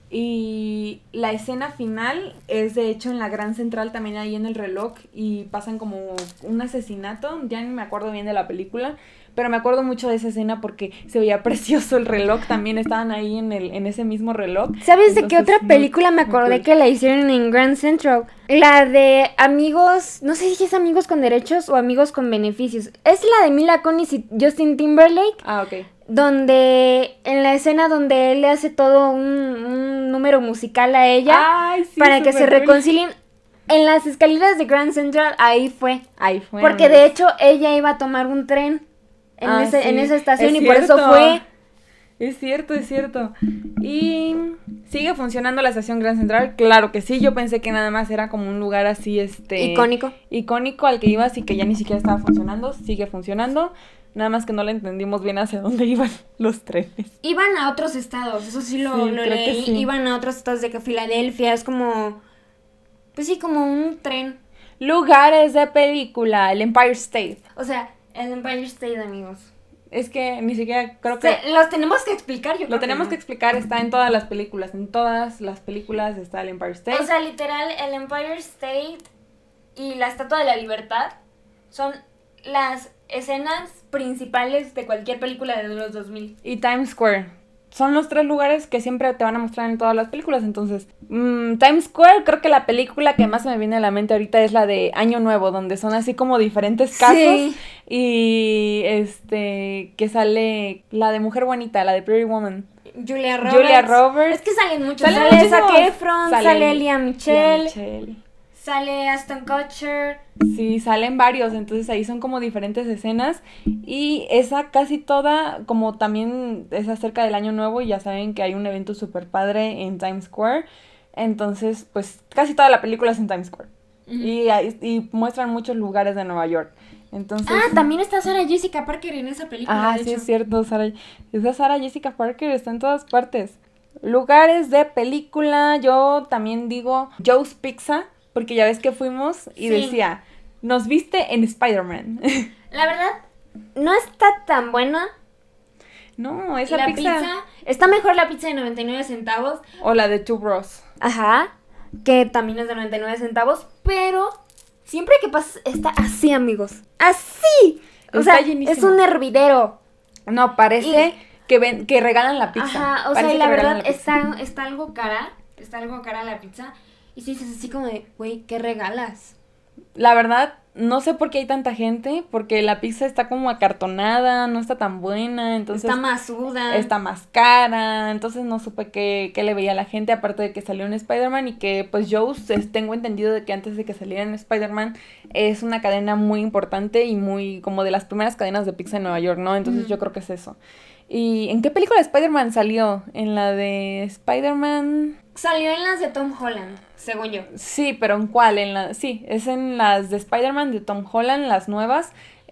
Y la escena final es de hecho en la Gran Central, también ahí en el reloj, y pasan como un asesinato. Ya ni me acuerdo bien de la película, pero me acuerdo mucho de esa escena porque se veía precioso el reloj. También estaban ahí en ese mismo reloj. ¿Sabes de qué otra película me acordé que la hicieron en Grand Central? La de Amigos, no sé si es Amigos con Derechos o Amigos con Beneficios. Es la de Mila Kunis y Justin Timberlake. Ah, ok. Donde, en la escena donde él le hace todo un número musical a ella. Ay, sí, para que se reconcilien. En las escaleras de Grand Central, ahí fue. Porque amigos. de hecho ella iba a tomar un tren en esa estación y por eso fue. Es cierto. Y sigue funcionando la estación Grand Central, claro que sí. Yo pensé que nada más era como un lugar así, icónico al que ibas y que ya ni siquiera estaba funcionando. Sigue funcionando. Nada más que no le entendimos bien hacia dónde iban los trenes. Iban a otros estados, eso sí lo leí. Sí. Iban a otros estados de que Filadelfia es como... Pues sí, como un tren. Lugares de película, el Empire State. O sea, el Empire State, amigos. Es que ni siquiera creo que... los tenemos que explicar, yo creo. Lo tenemos que explicar, está en todas las películas. En todas las películas está el Empire State. O sea, literal, el Empire State y la Estatua de la Libertad son las escenas principales de cualquier película de los 2000. Y Times Square. Son los tres lugares que siempre te van a mostrar en todas las películas. Entonces, Times Square, creo que la película que más se me viene a la mente ahorita es la de Año Nuevo, donde son así como diferentes casos. Sí. Y que sale la de Mujer Bonita, la de Pretty Woman. Julia Roberts. Es que salen muchos. Sale Zac Efron, sale Lea Michele. Sale Aston Kutcher. Sí, salen varios, entonces ahí son como diferentes escenas. Y esa casi toda, como también es acerca del Año Nuevo, y ya saben que hay un evento súper padre en Times Square. Entonces, pues casi toda la película es en Times Square. Uh-huh. Y muestran muchos lugares de Nueva York. Entonces, también está Sarah Jessica Parker en esa película. Sí, es cierto, esa Sarah Jessica Parker está en todas partes. Lugares de película, yo también digo Joe's Pizza. Porque ya ves que fuimos y decía, nos viste en Spider-Man. La verdad, no está tan buena. No, esa pizza... Está mejor la pizza de 99 centavos. O la de Two Bros. Ajá, que también es de 99 centavos. Pero siempre que pasas está así, amigos. ¡Así! O sea, llenísimo. Es un hervidero. No, parece que regalan la pizza. Ajá, o sea, y la verdad está algo cara. Está algo cara la pizza. Y sí, dices así como de, güey, ¿qué regalas? La verdad, no sé por qué hay tanta gente, porque la pizza está como acartonada, no está tan buena, entonces... Está masuda. Está más cara, entonces no supe qué le veía a la gente, aparte de que salió en Spider-Man y que pues Joe's, tengo entendido de que antes de que saliera en Spider-Man es una cadena muy importante y muy como de las primeras cadenas de pizza en Nueva York, ¿no? Entonces yo creo que es eso. ¿Y en qué película de Spider-Man salió? ¿En la de Spider-Man? Salió en las de Tom Holland, según yo. Sí, pero ¿en cuál? Sí, es en las de Spider-Man de Tom Holland, las nuevas.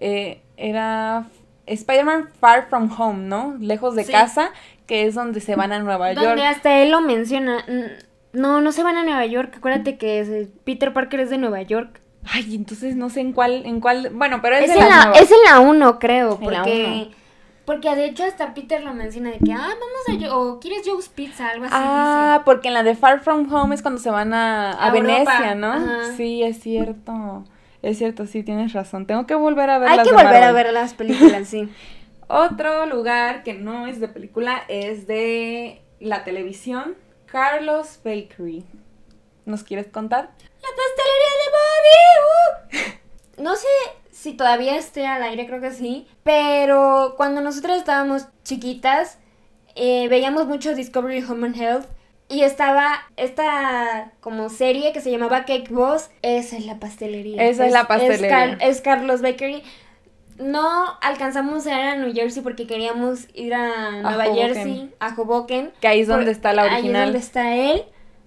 Era Spider-Man Far From Home, ¿no? Lejos de casa, que es donde se van a Nueva York. Donde hasta él lo menciona. No se van a Nueva York. Acuérdate que Peter Parker es de Nueva York. Ay, entonces no sé en cuál, bueno, pero es de en las nuevas. Es en la 1, creo, En la porque... Porque de hecho hasta Peter lo menciona de que, vamos a... o ¿quieres Joe's Pizza? Algo así dice. Porque en la de Far From Home es cuando se van a Venecia, ¿no? Ajá. Sí, es cierto. Es cierto, sí, tienes razón. Tengo que volver a ver Hay las que de volver a Marvel. ver las películas, sí. Otro lugar que no es de película es de la televisión, Carlos Bakery. ¿Nos quieres contar? La pastelería de Bobby. No sé si todavía esté al aire, creo que sí. Pero cuando nosotros estábamos chiquitas, veíamos mucho Discovery Home and Health. Y estaba esta como serie que se llamaba Cake Boss. Esa es la pastelería. Esa es la pastelería. Es Carlos Bakery. No alcanzamos a ir a New Jersey porque queríamos ir a Nueva Jersey, a Hoboken. Que ahí es donde está la original. Ahí es donde está él.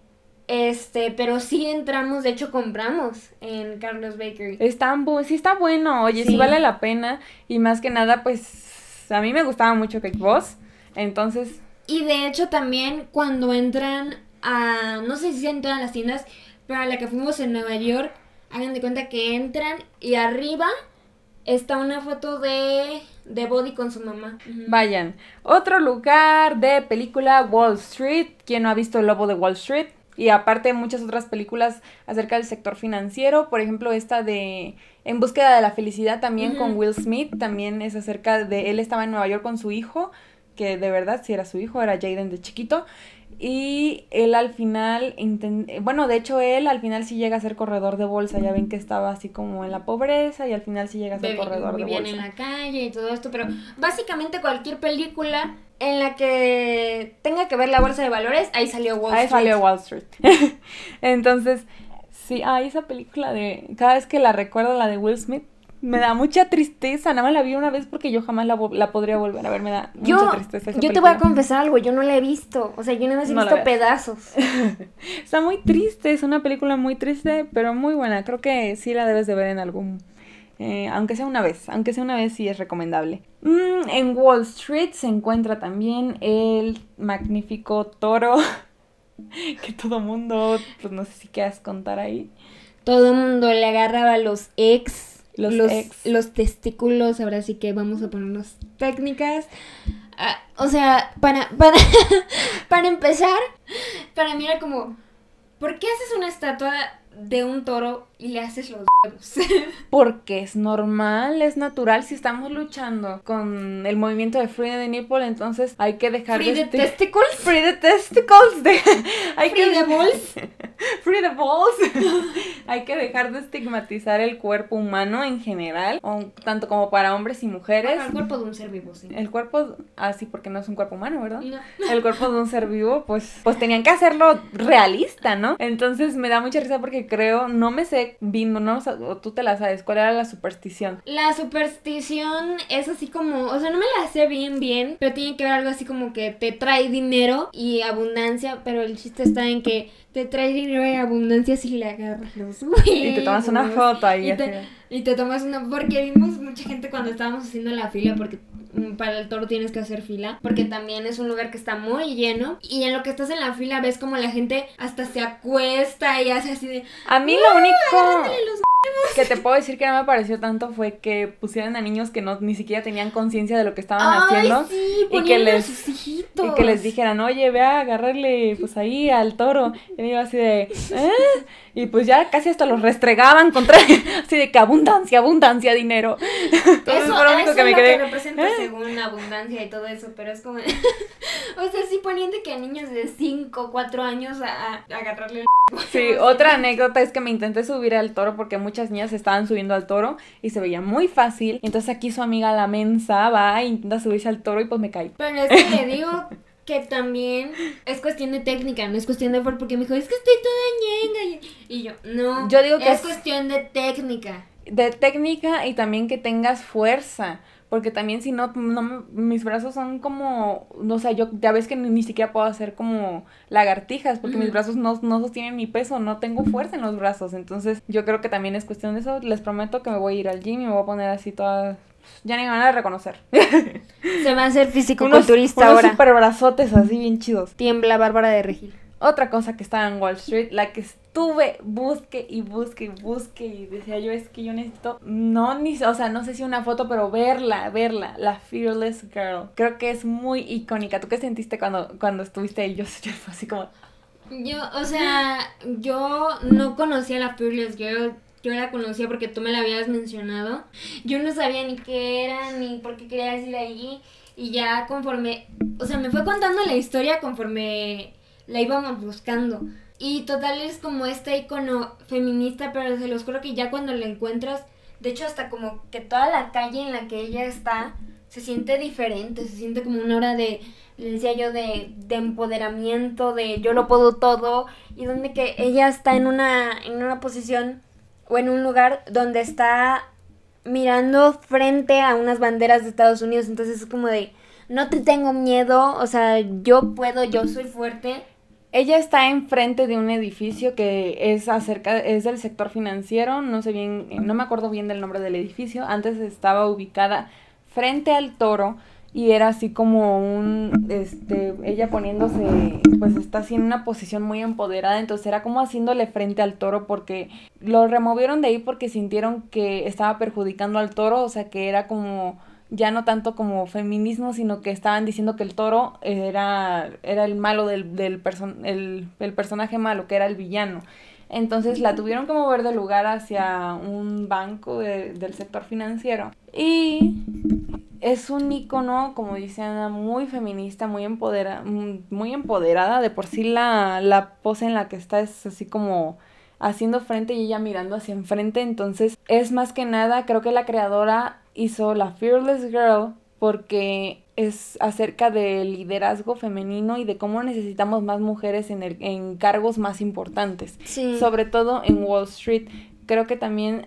Pero sí entramos, de hecho compramos en Carlos Bakery. Sí está bueno, oye, sí vale la pena. Y más que nada, pues, a mí me gustaba mucho Cake Boss. Entonces... Y de hecho también cuando entran a... No sé si entran a las tiendas, pero a la que fuimos en Nueva York, hagan de cuenta que entran y arriba está una foto de Buddy con su mamá. Vayan. Otro lugar de película, Wall Street. ¿Quién no ha visto El Lobo de Wall Street? Y aparte muchas otras películas acerca del sector financiero, por ejemplo esta de En búsqueda de la felicidad también con Will Smith, también es acerca de, él estaba en Nueva York con su hijo, que de verdad sí era su hijo, era Jaden de chiquito, y él al final, de hecho él al final sí llega a ser corredor de bolsa, ya ven que estaba así como en la pobreza y al final sí llega a ser corredor de bolsa. Vivían en la calle y todo esto, pero básicamente cualquier película en la que tenga que ver la bolsa de valores, ahí salió Wall Street. Ahí salió Wall Street. Entonces, sí, esa película cada vez que la recuerdo, la de Will Smith, me da mucha tristeza. Nada más la vi una vez porque yo jamás la podría volver a ver. Me da mucha tristeza esa película. Te voy a confesar algo, yo no la he visto. O sea, yo nada más he visto pedazos. Está muy triste, es una película muy triste, pero muy buena. Creo que sí la debes de ver en algún... aunque sea una vez sí es recomendable. En Wall Street se encuentra también el magnífico toro que todo mundo, pues no sé si quieras contar ahí. Todo mundo le agarraba los los testículos, ahora sí que vamos a ponernos técnicas. O sea, para empezar, para mí era como, ¿por qué haces una estatua de un toro y le haces los huevos? Porque es normal, es natural. Si estamos luchando con el movimiento de Free the Nipple, entonces hay que dejar Free the testicles. Free the testicles. Free the balls. Free the balls. Hay que dejar de estigmatizar el cuerpo humano en general, tanto como para hombres y mujeres. Bueno, el cuerpo de un ser vivo, sí. El cuerpo, sí, porque no es un cuerpo humano, ¿verdad? No. El cuerpo de un ser vivo, pues tenían que hacerlo realista, ¿no? Entonces me da mucha risa porque creo, no me sé, o tú te la sabes, ¿cuál era la superstición? La superstición es así como, o sea, no me la sé bien, pero tiene que ver algo así como que te trae dinero y abundancia, pero el chiste está en que te trae dinero y abundancia si le agarras los huevos. Y te tomas una foto ahí. Y te tomas porque vimos mucha gente cuando estábamos haciendo la fila, porque para el toro tienes que hacer fila, porque también es un lugar que está muy lleno, y en lo que estás en la fila ves como la gente hasta se acuesta y hace así de... A mí lo único que te puedo decir que no me pareció tanto fue que pusieran a niños que ni siquiera tenían conciencia de lo que estaban haciendo. Sí, y que les dijeran, oye, ve a agarrarle pues ahí al toro. Y yo así de, y pues ya casi hasta los restregaban contra, así de que abundancia, dinero. Entonces, eso fue lo único que me quedé. Que representa según abundancia y todo eso, pero es como, o sea, sí ponían de que a niños de 5, 4 años a agarrarle el... Sí, otra anécdota es que me intenté subir al toro porque muchas niñas estaban subiendo al toro y se veía muy fácil. Entonces aquí su amiga la mensa va e intenta subirse al toro y pues me caí. Pero es que le digo que también es cuestión de técnica, no es cuestión de fuerza, porque me dijo, es que estoy toda ñenga. Y yo, no, Yo digo que es cuestión de técnica. De técnica y también que tengas fuerza. Porque también si no, mis brazos son como, o sea, yo ya ves que ni siquiera puedo hacer como lagartijas, porque mis brazos no sostienen mi peso, no tengo fuerza en los brazos. Entonces yo creo que también es cuestión de eso. Les prometo que me voy a ir al gym y me voy a poner así toda, ya ni me van a reconocer. Se va a hacer físico-culturista unos ahora. super brazotes así bien chidos. Tiembla Bárbara de Regil. Otra cosa que estaba en Wall Street, la que estuve, busque y decía yo, es que yo necesito, o sea, no sé si una foto, pero verla, la Fearless Girl. Creo que es muy icónica. ¿Tú qué sentiste cuando estuviste ahí? Yo fue así como... Yo no conocía a la Fearless Girl. Yo la conocía porque tú me la habías mencionado. Yo no sabía ni qué era, ni por qué quería decir allí. Y ya conforme, o sea, me fue contando la historia conforme la íbamos buscando. Y total es como este icono feminista, pero se los juro que ya cuando la encuentras, de hecho hasta como que toda la calle en la que ella está se siente diferente, se siente como una hora de, le decía yo, de empoderamiento, de yo lo puedo todo, y donde que ella está en una posición o en un lugar donde está mirando frente a unas banderas de Estados Unidos, entonces es como de, no te tengo miedo, o sea, yo puedo, yo soy fuerte. Ella está enfrente de un edificio que es del sector financiero, no sé bien, no me acuerdo bien del nombre del edificio. Antes estaba ubicada frente al toro y era así como ella poniéndose, pues está así en una posición muy empoderada, entonces era como haciéndole frente al toro porque lo removieron de ahí porque sintieron que estaba perjudicando al toro, o sea que era como... ya no tanto como feminismo, sino que estaban diciendo que el toro era el malo el personaje malo, que era el villano. Entonces la tuvieron que mover de lugar hacia un banco del sector financiero. Y es un icono, como dice Ana, muy feminista, muy empoderada. De por sí la pose en la que está es así como haciendo frente y ella mirando hacia enfrente. Entonces es más que nada, creo que la creadora hizo la Fearless Girl porque es acerca del liderazgo femenino y de cómo necesitamos más mujeres en cargos más importantes. Sí. Sobre todo en Wall Street. Creo que también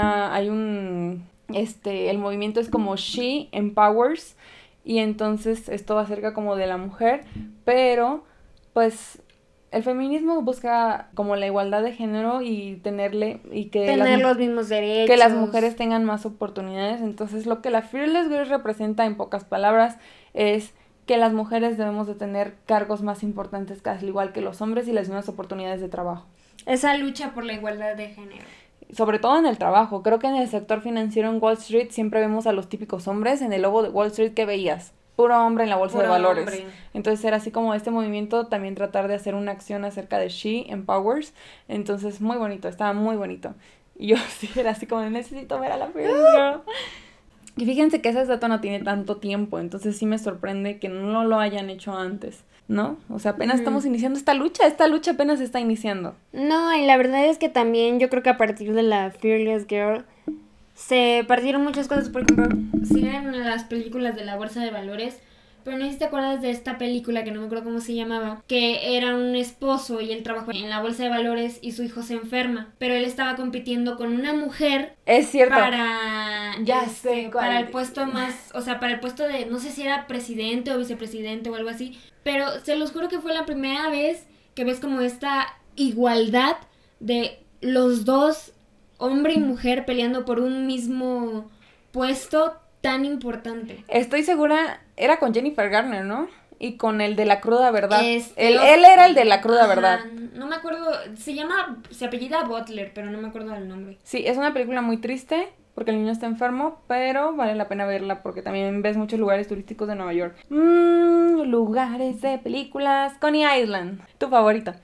el movimiento es como She Empowers y entonces esto acerca como de la mujer, pero pues... el feminismo busca como la igualdad de género y tener los mismos derechos. Que las mujeres tengan más oportunidades. Entonces lo que la Fearless Girl representa en pocas palabras es que las mujeres debemos de tener cargos más importantes casi igual que los hombres y las mismas oportunidades de trabajo. Esa lucha por la igualdad de género. Sobre todo en el trabajo. Creo que en el sector financiero en Wall Street siempre vemos a los típicos hombres. En el logo de Wall Street, ¿qué veías? Puro hombre en la bolsa de valores. Hombre. Entonces era así como este movimiento, también tratar de hacer una acción acerca de She Empowers. Entonces muy bonito, estaba muy bonito. Y yo sí era así como, necesito ver a la Fearless. Y fíjense que esa estatua no tiene tanto tiempo, entonces sí me sorprende que no lo hayan hecho antes, ¿no? O sea, apenas estamos iniciando esta lucha apenas está iniciando. No, y la verdad es que también yo creo que a partir de la Fearless Girl se partieron muchas cosas. Por ejemplo, siguen las películas de la bolsa de valores, pero no sé si te acuerdas de esta película que no me acuerdo cómo se llamaba, que era un esposo y él trabajó en la bolsa de valores y su hijo se enferma, pero él estaba compitiendo con una mujer. Es cierto. Para el puesto más, o sea, para el puesto de, no sé si era presidente o vicepresidente o algo así, pero se los juro que fue la primera vez que ves como esta igualdad de los dos, hombre y mujer, peleando por un mismo puesto tan importante. Estoy segura, era con Jennifer Garner, ¿no? Y con el de la cruda verdad. Él él era el de la cruda verdad. No me acuerdo, se apellida Butler, pero no me acuerdo del nombre. Sí, es una película muy triste porque el niño está enfermo, pero vale la pena verla porque también ves muchos lugares turísticos de Nueva York. Lugares de películas. Coney Island, tu favorita.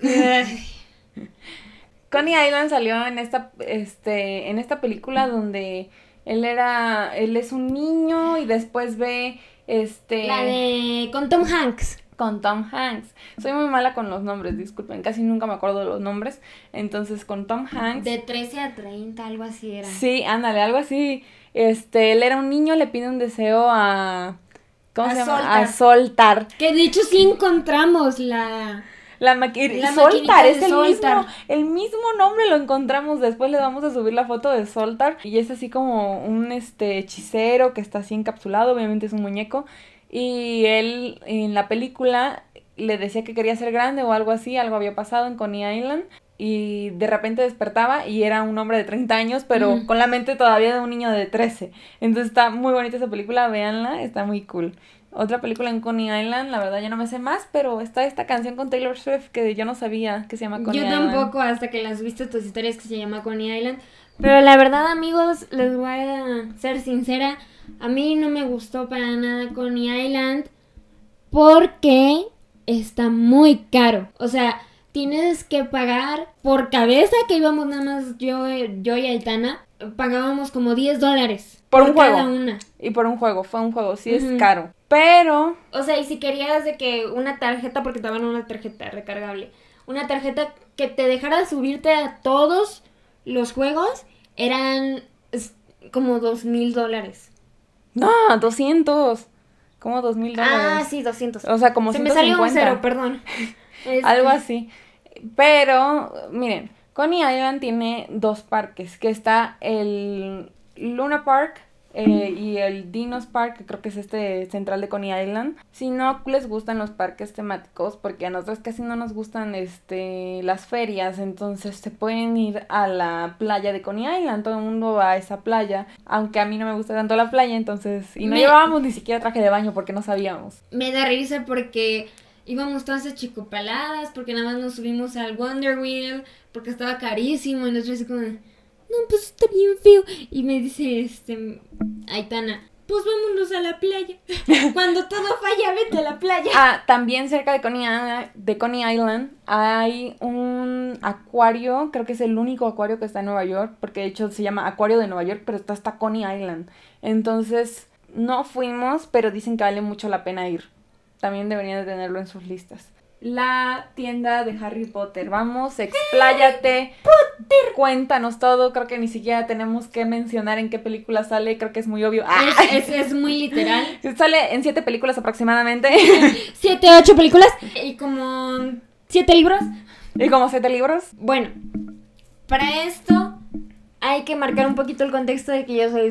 Coney Island salió en esta película donde él es un niño y después ve la de con Tom Hanks. con Tom Hanks. Soy muy mala con los nombres, disculpen, casi nunca me acuerdo de los nombres. Entonces, con Tom Hanks. De 13 a 30, algo así era. Sí, ándale, algo así. Él era un niño, le pide un deseo a... ¿Cómo se llama? Zoltar. A Zoltar. Que de hecho sí encontramos la La maquinita Zoltar, de es Zoltar. el mismo nombre lo encontramos. Después le vamos a subir la foto de Zoltar. Y es así como un hechicero que está así encapsulado, obviamente es un muñeco. Y él en la película le decía que quería ser grande o algo así, algo había pasado en Coney Island. Y de repente despertaba y era un hombre de 30 años, pero con la mente todavía de un niño de 13. Entonces está muy bonita esa película, véanla, está muy cool. Otra película en Coney Island, la verdad ya no me sé más, pero está esta canción con Taylor Swift que yo no sabía que se llama Coney Island. Yo tampoco, hasta que las viste tus historias, que se llama Coney Island. Pero la verdad, amigos, les voy a ser sincera, a mí no me gustó para nada Coney Island porque está muy caro. O sea, tienes que pagar por cabeza, que íbamos nada más yo y Aitana, pagábamos como $10 por un cada juego. una. Y por un juego, fue un juego, sí es caro. Pero... O sea, y si querías de que una tarjeta, porque te daban una tarjeta recargable, una tarjeta que te dejara subirte a todos los juegos, eran como $2,000. No, 200. ¿Cómo $2,000? Ah, sí, 200. O sea, como Se 150. me salió un cero, perdón. Algo así. Pero, miren, Coney Island tiene 2 parques, que está el Luna Park y el Dinos Park, que creo que es central de Coney Island. Si no les gustan los parques temáticos, porque a nosotros casi no nos gustan las ferias, entonces se pueden ir a la playa de Coney Island. Todo el mundo va a esa playa, aunque a mí no me gusta tanto la playa, entonces... Y no llevábamos ni siquiera traje de baño porque no sabíamos. Me da risa porque íbamos todas achicopaladas, porque nada más nos subimos al Wonder Wheel, porque estaba carísimo, y nosotros así como, no, pues está bien feo. Y me dice Aitana, pues vámonos a la playa. Cuando todo falla, vete a la playa. Ah, también cerca de Coney Island hay un acuario, creo que es el único acuario que está en Nueva York, porque de hecho se llama Acuario de Nueva York, pero está hasta Coney Island. Entonces, no fuimos, pero dicen que vale mucho la pena ir. También deberían de tenerlo en sus listas. La tienda de Harry Potter. Vamos, expláyate. Cuéntanos todo. Creo que ni siquiera tenemos que mencionar en qué película sale. Creo que es muy obvio. Es muy literal. Sale en 7 películas aproximadamente. 7, 8 películas y como 7 libros. Y como 7 libros. Bueno, para esto hay que marcar un poquito el contexto de que yo soy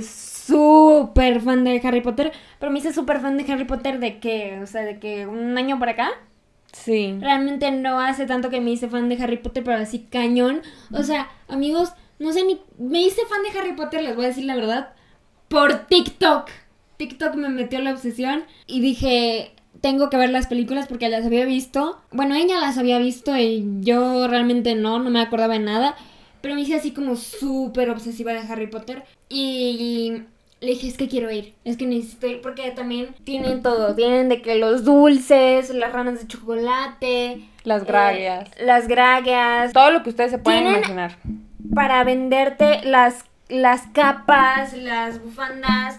súper fan de Harry Potter. Pero me hice súper fan de Harry Potter de que, o sea, de que un año para acá. Sí. Realmente no hace tanto que me hice fan de Harry Potter, pero así cañón. O sea, amigos, no sé ni... Me hice fan de Harry Potter, les voy a decir la verdad, por TikTok. TikTok me metió la obsesión y dije, tengo que ver las películas porque las había visto. Bueno, ella las había visto y yo realmente no me acordaba de nada. Pero me hice así como súper obsesiva de Harry Potter. Y le dije, es que quiero ir, es que necesito ir, porque también tienen todo. Tienen de que los dulces, las ranas de chocolate, Las gracias. las gracias. Todo lo que ustedes se pueden Tienen- imaginar. Para venderte las capas, las bufandas,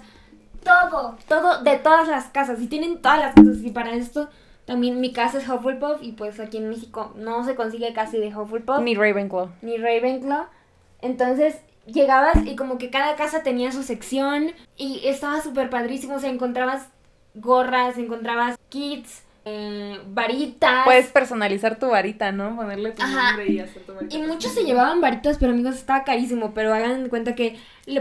todo de todas las casas. Y tienen todas las casas. Y para esto también mi casa es Hufflepuff. Y pues aquí en México no se consigue casi de Hufflepuff Ni Ravenclaw. ni Ravenclaw. Entonces llegabas y como que cada casa tenía su sección y estaba súper padrísimo. O sea, encontrabas gorras, encontrabas kits, varitas. Puedes personalizar tu varita, ¿no? Ponerle tu Ajá. nombre y hacer tu varita. Y muchos se llevaban varitas, pero amigos, estaba carísimo. Pero hagan de cuenta que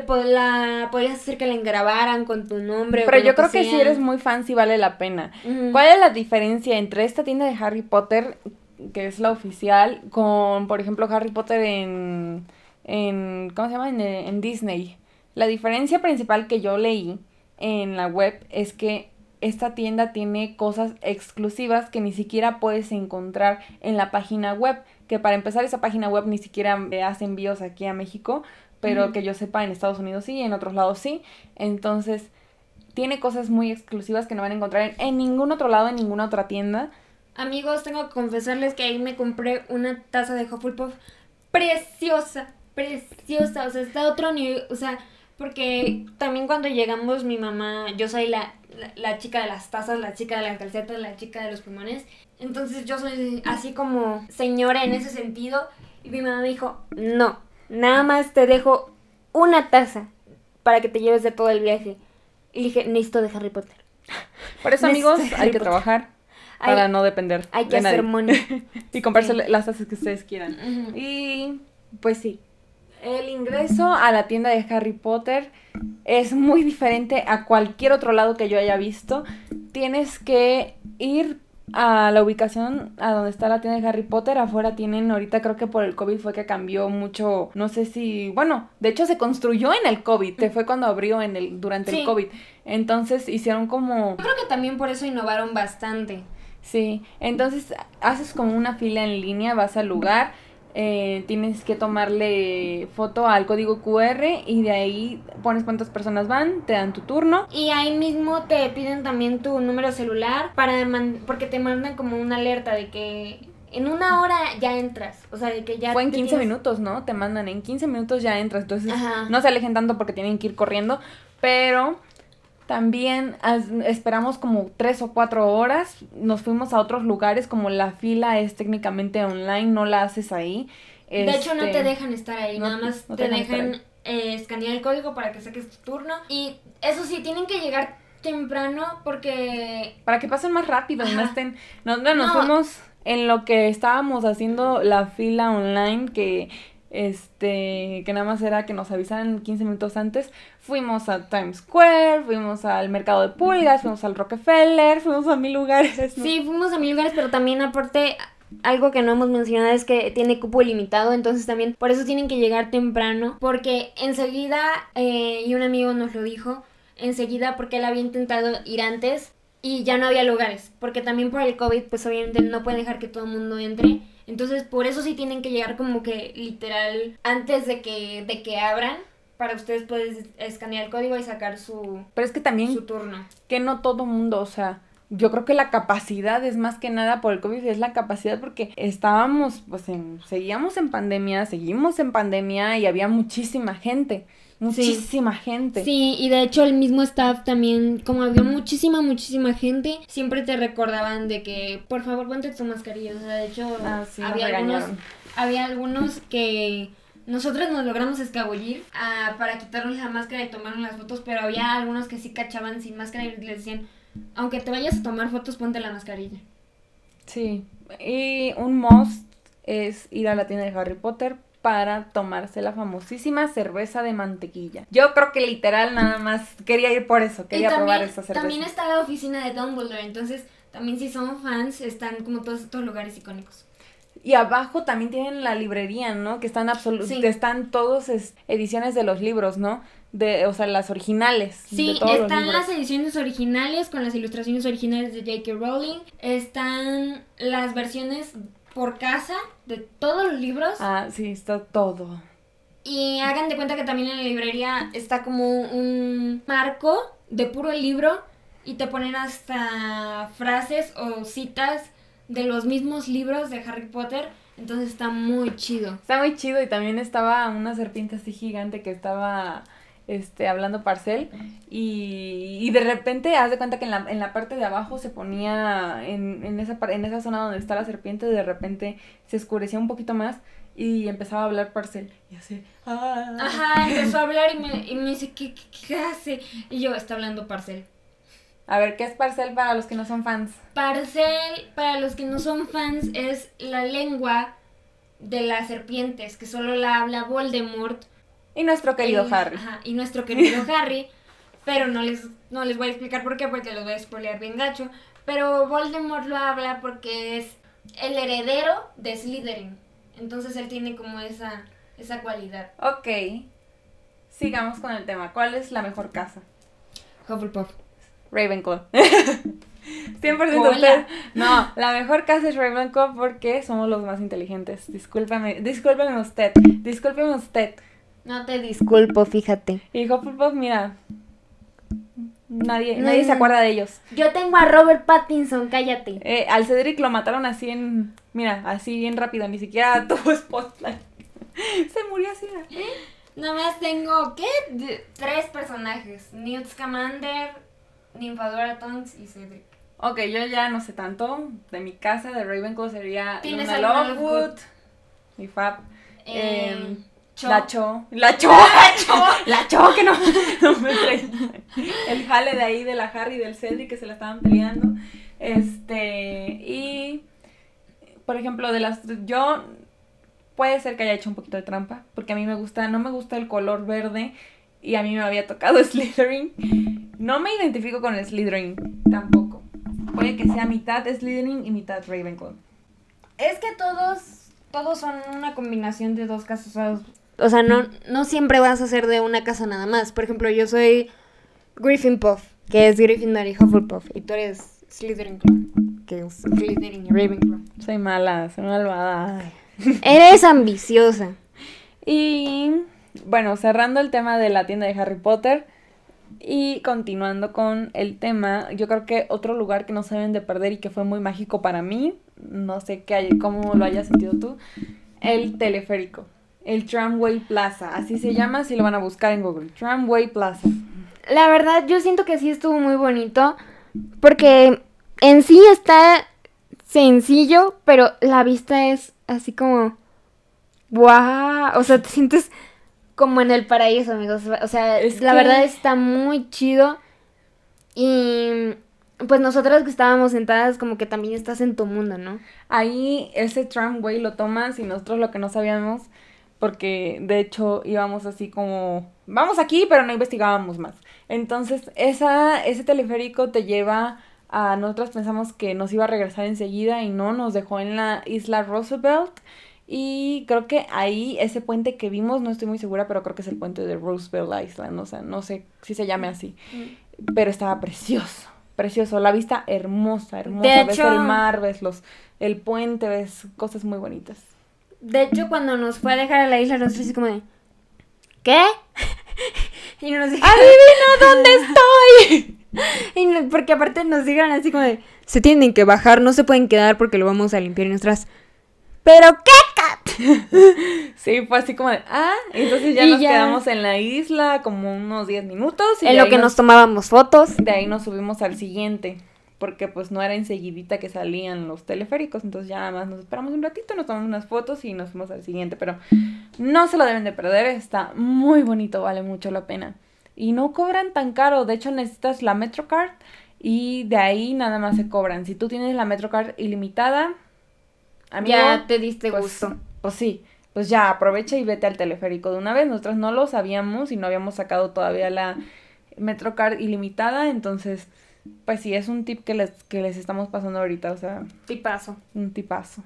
podías hacer que la engrabaran con tu nombre. Pero o con yo lo creo que sea. si eres muy fan, sí vale la pena. Ujú. ¿Cuál es la diferencia entre esta tienda de Harry Potter, que es la oficial, con, por ejemplo, Harry Potter en ¿cómo se llama? En Disney? La diferencia principal que yo leí en la web es que esta tienda tiene cosas exclusivas que ni siquiera puedes encontrar en la página web. Que para empezar, esa página web ni siquiera hace envíos aquí a México, pero que yo sepa, en Estados Unidos sí, en otros lados sí. Entonces, tiene cosas muy exclusivas que no van a encontrar en ningún otro lado, en ninguna otra tienda. Amigos, tengo que confesarles que ahí me compré una taza de Hufflepuff preciosa. O sea, está a otro nivel. O sea, porque también cuando llegamos mi mamá, yo soy la la chica de las tazas, la chica de las calcetas, la chica de los plumones. Entonces yo soy así como señora en ese sentido. Y mi mamá me dijo, no, nada más te dejo una taza para que te lleves de todo el viaje. Y le dije, necesito de Harry Potter. Por eso, amigos, hay que trabajar para no depender Hay que de nadie. hacer money. Y comprarse las tazas que ustedes quieran. Ujú. Y pues sí, el ingreso a la tienda de Harry Potter es muy diferente a cualquier otro lado que yo haya visto. Tienes que ir a la ubicación a donde está la tienda de Harry Potter. Afuera tienen, ahorita creo que por el COVID fue que cambió mucho, no sé si, bueno, de hecho se construyó en el COVID, que fue cuando abrió durante Sí. el COVID. Entonces hicieron como... Yo creo que también por eso innovaron bastante. Sí, entonces haces como una fila en línea, vas al lugar, tienes que tomarle foto al código QR y de ahí pones cuántas personas van, te dan tu turno. Y ahí mismo te piden también tu número celular porque te mandan como una alerta de que en 1 hora ya entras. O sea, de que ya Fue en te 15 tienes- minutos, ¿no? Te mandan en 15 minutos ya entras, entonces Ajá. no se alejen tanto porque tienen que ir corriendo, pero... También esperamos como 3 o 4 horas, nos fuimos a otros lugares, como la fila es técnicamente online, no la haces ahí. De hecho, no te dejan estar ahí, no- nada más no te te dejan estar dejan escanear el código para que saques tu turno. Y eso sí, tienen que llegar temprano porque... Para que pasen más rápido y no Ajá. estén... Nosotros nos No. fuimos en lo que estábamos haciendo la fila online, que nada más era que nos avisaran 15 minutos antes. Fuimos a Times Square, fuimos al Mercado de Pulgas, fuimos al Rockefeller, fuimos a 1000 lugares. ¿no? Sí, fuimos a 1000 lugares, pero también aparte... Algo que no hemos mencionado es que tiene cupo ilimitado, entonces también por eso tienen que llegar temprano, porque enseguida, y un amigo nos lo dijo, enseguida porque él había intentado ir antes y ya no había lugares, porque también por el COVID pues obviamente no pueden dejar que todo el mundo entre, entonces por eso sí tienen que llegar como que literal antes de que abran, para ustedes poder escanear el código y sacar su Pero es que también turno. que no todo mundo, o sea, yo creo que la capacidad es más que nada por el COVID, es la capacidad porque estábamos, pues, seguimos en pandemia y había muchísima gente, gente. Sí, y de hecho el mismo staff también, como había muchísima gente, siempre te recordaban de que, por favor, ponte tu mascarilla. O sea, de hecho, Sí, nos había regañaron. algunos que nosotros nos logramos escabullir para quitarnos la máscara y tomarnos las fotos, pero había algunos que sí cachaban sin máscara y les decían, aunque te vayas a tomar fotos, ponte la mascarilla. Sí, y un must es ir a la tienda de Harry Potter para tomarse la famosísima cerveza de mantequilla. Yo creo que literal nada más quería ir por eso, quería probar esa cerveza. También está la oficina de Dumbledore, entonces también si son fans están como todos estos lugares icónicos. Y abajo también tienen la librería, ¿no? Que están Sí. están todos ediciones de los libros, ¿no? O sea, las originales. Sí, de todos los están libros. las ediciones originales con las ilustraciones originales de J.K. Rowling. Están las versiones por casa de todos los libros. Ah, sí, está todo. Y hagan de cuenta que también en la librería está como un marco de puro libro y te ponen hasta frases o citas de los mismos libros de Harry Potter. Entonces está muy chido. Está muy chido y también estaba una serpiente así gigante que estaba hablando Parcel y de repente haz de cuenta que en la parte de abajo se ponía en esa zona donde está la serpiente, de repente se oscurecía un poquito más y empezaba a hablar Parcel y así Ajá, empezó a hablar y me dice, ¿qué hace? Y yo, está hablando Parcel. A ver, ¿qué es Parcel para los que no son fans? Parcel, para los que no son fans, es la lengua de las serpientes, que solo la habla Voldemort. Y nuestro querido Harry. Ajá, y nuestro querido Harry. Pero no les voy a explicar por qué, porque los voy a spoilear bien gacho. Pero Voldemort lo habla porque es el heredero de Slytherin. Entonces él tiene como esa cualidad. Ok, sigamos con el tema. ¿Cuál es la mejor casa? Hufflepuff. Ravenclaw. 100% Cola. usted. No, la mejor casa es Ravenclaw porque somos los más inteligentes. Discúlpeme usted. No te disculpo, fíjate. Y Hufflepuff, mira, nadie se acuerda de ellos. Yo tengo a Robert Pattinson, cállate. Al Cedric lo mataron así así bien rápido, ni siquiera tuvo spotlight. Se murió así. Nada más tengo, ¿qué? 3 personajes. Newt Scamander, Nymphadora Tonks y Cedric. Ok, yo ya no sé tanto. De mi casa, de Ravenclaw, sería ¿Tienes Luna alguna Lovegood, Lovegood? mi Fab. Cho. La Cho, que no me trae. El jale de ahí de la Harry y del Cedric que se la estaban peleando. Y por ejemplo, yo puede ser que haya hecho un poquito de trampa, porque a mí no me gusta el color verde y a mí me había tocado Slytherin. No me identifico con el Slytherin tampoco. Puede que sea mitad Slytherin y mitad Ravenclaw. Es que todos son una combinación de dos casas. O sea, no siempre vas a ser de una casa nada más. Por ejemplo, yo soy Gryffindor, que es Gryffindor y Hufflepuff. Y tú eres Slytherin, que es Slytherin y Ravenclaw. Soy mala, soy malvada. Eres ambiciosa. Y bueno, cerrando el tema de la tienda de Harry Potter y continuando con el tema, yo creo que otro lugar que no se deben de perder y que fue muy mágico para mí, no sé cómo lo hayas sentido tú, el teleférico, el Tramway Plaza, así se llama, si lo van a buscar en Google, Tramway Plaza. La verdad, yo siento que sí estuvo muy bonito, porque en sí está sencillo, pero la vista es así como ¡guau! O sea, te sientes como en el paraíso, amigos. O sea, la verdad está muy chido. Y pues nosotras que estábamos sentadas, como que también estás en tu mundo, ¿no? Ahí ese tramway lo tomas y nosotros lo que no sabíamos, porque de hecho íbamos así como, vamos aquí, pero no investigábamos más. Entonces ese teleférico te lleva a, nosotros pensamos que nos iba a regresar enseguida y no, nos dejó en la isla Roosevelt. Y creo que ahí, ese puente que vimos, no estoy muy segura, pero creo que es el puente de Roosevelt Island, o sea, no sé si se llame así, pero estaba precioso, la vista hermosa, De ves hecho, el mar, ves el puente, ves cosas muy bonitas. De hecho, cuando nos fue a dejar a la isla, nosotros así como de, ¿qué? Y nos dijeron, ¡adivina dónde estoy! Porque aparte nos dijeron así como de, se tienen que bajar, no se pueden quedar porque lo vamos a limpiar y nosotras, ¿pero qué, Kat? Sí, fue así como de, entonces ya nos quedamos en la isla como unos 10 minutos. Y en lo que nos tomábamos fotos. De ahí nos subimos al siguiente, porque pues no era enseguidita que salían los teleféricos, entonces ya nada más nos esperamos un ratito, nos tomamos unas fotos y nos fuimos al siguiente, pero no se lo deben de perder, está muy bonito, vale mucho la pena. Y no cobran tan caro, de hecho necesitas la MetroCard y de ahí nada más se cobran. Si tú tienes la MetroCard ilimitada, amigo, ya te diste gusto. Pues sí, pues ya aprovecha y vete al teleférico de una vez. Nosotros no lo sabíamos y no habíamos sacado todavía la MetroCard ilimitada, entonces pues sí, es un tip que les estamos pasando ahorita, o sea, Tipazo. un tipazo.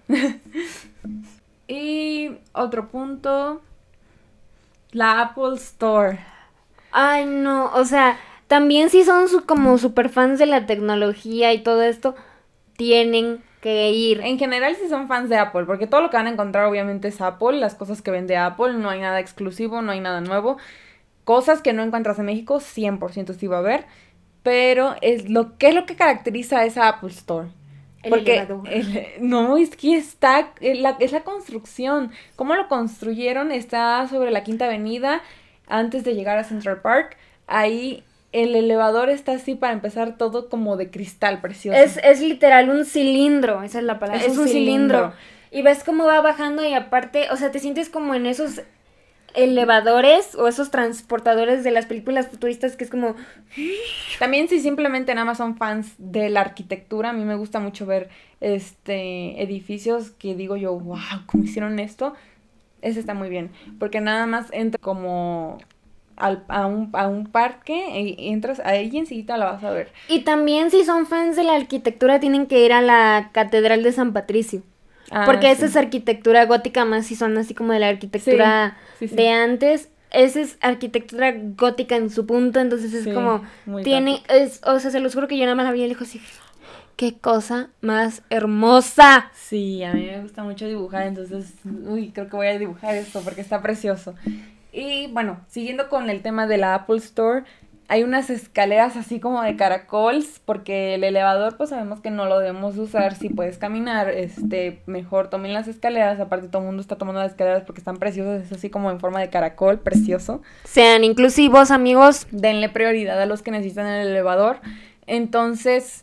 Y otro punto, la Apple Store. Ay, no, o sea, también si son como super fans de la tecnología y todo esto, tienen que ir. En general si son fans de Apple, porque todo lo que van a encontrar obviamente es Apple, las cosas que vende Apple, no hay nada exclusivo, no hay nada nuevo. Cosas que no encuentras en México, 100% sí va a haber, pero ¿qué es lo que caracteriza a esa Apple Store? Porque no, es que es la construcción. ¿Cómo lo construyeron? Está sobre la Quinta Avenida, antes de llegar a Central Park. Ahí el elevador está así, para empezar, todo como de cristal precioso. Es literal un cilindro, esa es la palabra. Es un cilindro. Y ves cómo va bajando y aparte, o sea, te sientes como en esos elevadores o esos transportadores de las películas futuristas que es como... También si simplemente nada más son fans de la arquitectura, a mí me gusta mucho ver edificios que digo yo, wow, ¿cómo hicieron esto? Ese está muy bien, porque nada más entra como a un parque y entras ahí y enseguida la vas a ver. Y también si son fans de la arquitectura tienen que ir a la Catedral de San Patricio. Porque esa es arquitectura gótica, más si son así como de la arquitectura de antes. Esa es arquitectura gótica en su punto, entonces es como o sea, se los juro que yo nada más la vi y le dijo así, qué cosa más hermosa. Sí, a mí me gusta mucho dibujar, entonces, creo que voy a dibujar esto porque está precioso. Y bueno, siguiendo con el tema de la Apple Store, hay unas escaleras así como de caracols, porque el elevador pues sabemos que no lo debemos usar. Si puedes caminar, mejor tomen las escaleras. Aparte todo el mundo está tomando las escaleras porque están preciosas, es así como en forma de caracol, precioso. Sean inclusivos, amigos. Denle prioridad a los que necesitan el elevador. Entonces,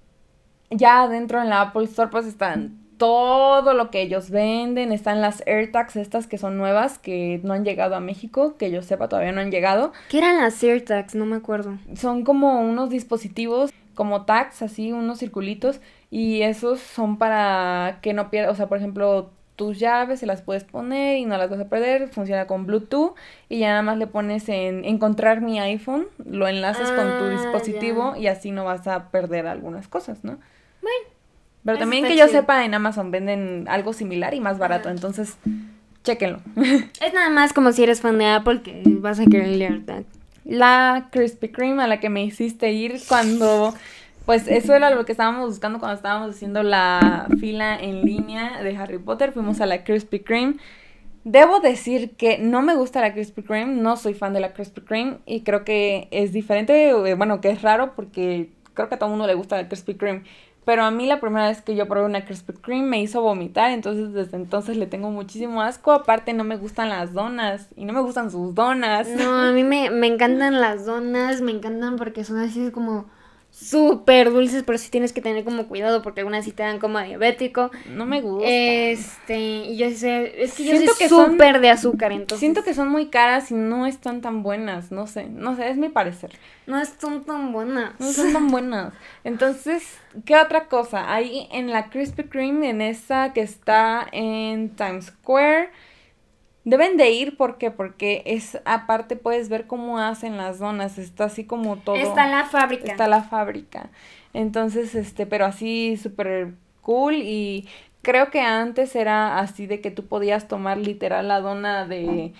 ya adentro en la Apple Store pues están todo lo que ellos venden. Están las AirTags estas que son nuevas, que no han llegado a México, que yo sepa todavía no han llegado. ¿Qué eran las AirTags? No me acuerdo. Son como unos dispositivos, como tags, así, unos circulitos, y esos son para que no pierdas, o sea, por ejemplo, tus llaves se las puedes poner y no las vas a perder, funciona con Bluetooth, y ya nada más le pones en encontrar mi iPhone, lo enlazas con tu dispositivo ya. y así no vas a perder algunas cosas, ¿no? Bueno. Pero Eso también está que yo chido. sepa, en Amazon venden algo similar y más barato, entonces, chéquenlo. Es nada más como si eres fan de Apple que vas a querer el AirTag. La Krispy Kreme a la que me hiciste ir cuando, pues eso era lo que estábamos buscando cuando estábamos haciendo la fila en línea de Harry Potter, fuimos a la Krispy Kreme. Debo decir que no me gusta la Krispy Kreme, no soy fan de la Krispy Kreme y creo que es diferente, bueno, que es raro porque creo que a todo el mundo le gusta la Krispy Kreme. Pero a mí la primera vez que yo probé una Krispy Kreme me hizo vomitar, entonces desde entonces le tengo muchísimo asco. Aparte no me gustan las donas y no me gustan sus donas. No, a mí me encantan las donas, me encantan porque son así como súper dulces, pero sí tienes que tener como cuidado porque algunas sí te dan como diabético. No me gusta. Y yo sé, es que yo Siento soy que son- súper de azúcar, entonces Siento que son muy caras y no están tan buenas, no sé, es mi parecer. no son tan buenas. No son tan buenas. Entonces, ¿qué otra cosa? Ahí en la Krispy Kreme, en esa que está en Times Square, deben de ir, ¿por qué? Porque es, aparte puedes ver cómo hacen las donas, está así como todo. Está la fábrica. Está la fábrica. Entonces, pero así súper cool y creo que antes era así de que tú podías tomar literal la dona de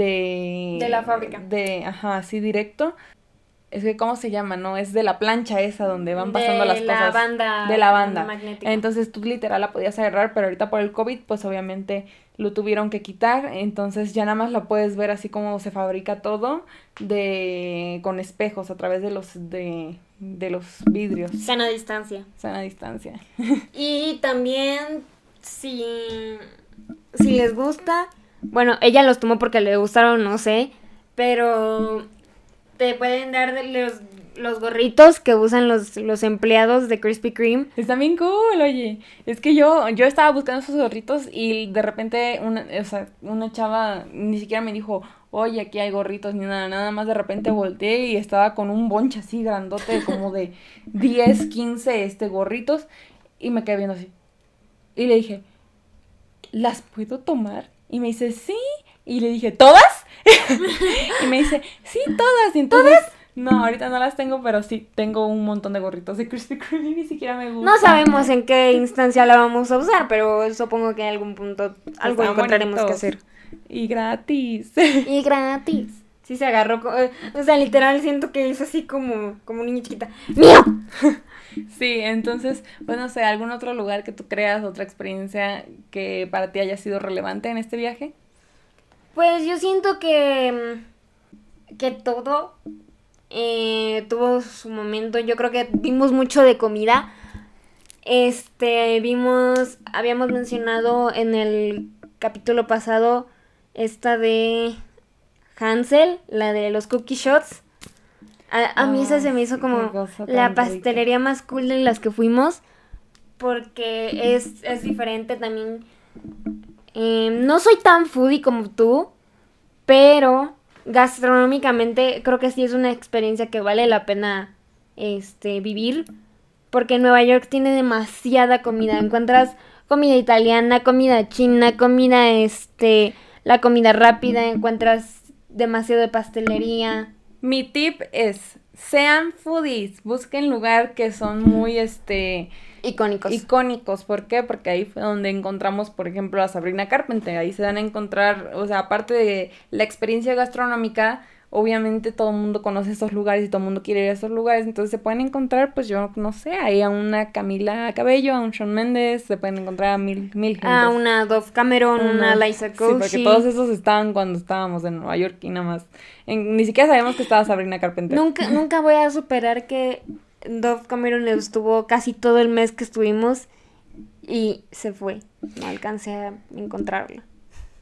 la fábrica. Ajá, así directo. Es que, ¿cómo se llama? No, es de la plancha esa donde van pasando las cosas. Banda, De la banda. magnética. Entonces tú literal la podías agarrar, pero ahorita por el COVID, pues obviamente lo tuvieron que quitar. Entonces ya nada más la puedes ver así como se fabrica todo con espejos a través de los vidrios. Sana distancia. Sana distancia. Y también, si les gusta, bueno, ella los tomó porque le gustaron, no sé, pero te pueden dar de los gorritos que usan los empleados de Krispy Kreme. Está bien cool, oye. Es que yo estaba buscando esos gorritos y de repente una chava ni siquiera me dijo, oye, aquí hay gorritos ni nada. Nada más de repente volteé y estaba con un bonche así grandote, como de 10, 15 gorritos. Y me quedé viendo así. Y le dije, ¿las puedo tomar? Y me dice, sí. Y le dije, ¿todas? Y me dice, sí, todas. Y entonces, no, ahorita no las tengo, pero sí, tengo un montón de gorritos de Krispy Kreme y ni siquiera me gusta. No sabemos en qué instancia la vamos a usar, pero supongo que en algún punto algo Están encontraremos que bonitos. hacer. Y gratis. Y gratis. Sí se agarró, o sea, literal siento que es así como niña chiquita. ¡Mío! Sí, entonces, pues no sé, ¿algún otro lugar que tú creas, otra experiencia que para ti haya sido relevante en este viaje? Pues yo siento que todo tuvo su momento. Yo creo que vimos mucho de comida. Habíamos mencionado en el capítulo pasado esta de Hansel, la de los cookie shots. A mí esa se me hizo como qué cosa tan la rica. pastelería más cool de las que fuimos, porque es diferente también. No soy tan foodie como tú, pero gastronómicamente creo que sí es una experiencia que vale la pena vivir, porque Nueva York tiene demasiada comida. Encuentras comida italiana, comida china, comida la comida rápida, encuentras demasiado de pastelería. Mi tip es, sean foodies, busquen lugar que son muy, icónicos. ¿Por qué? Porque ahí fue donde encontramos, por ejemplo, a Sabrina Carpenter. Ahí se van a encontrar, o sea, aparte de la experiencia gastronómica, obviamente todo el mundo conoce esos lugares y todo el mundo quiere ir a esos lugares. Entonces se pueden encontrar, pues yo no sé, ahí a una Camila Cabello, a un Shawn Mendes, se pueden encontrar a mil gentes. A una Dove Cameron, una Liza Koshy. Sí, porque todos esos estaban cuando estábamos en Nueva York y nada más. Ni siquiera sabíamos que estaba Sabrina Carpenter. Nunca voy a superar que Dove Cameron estuvo casi todo el mes que estuvimos y se fue. No alcancé a encontrarla.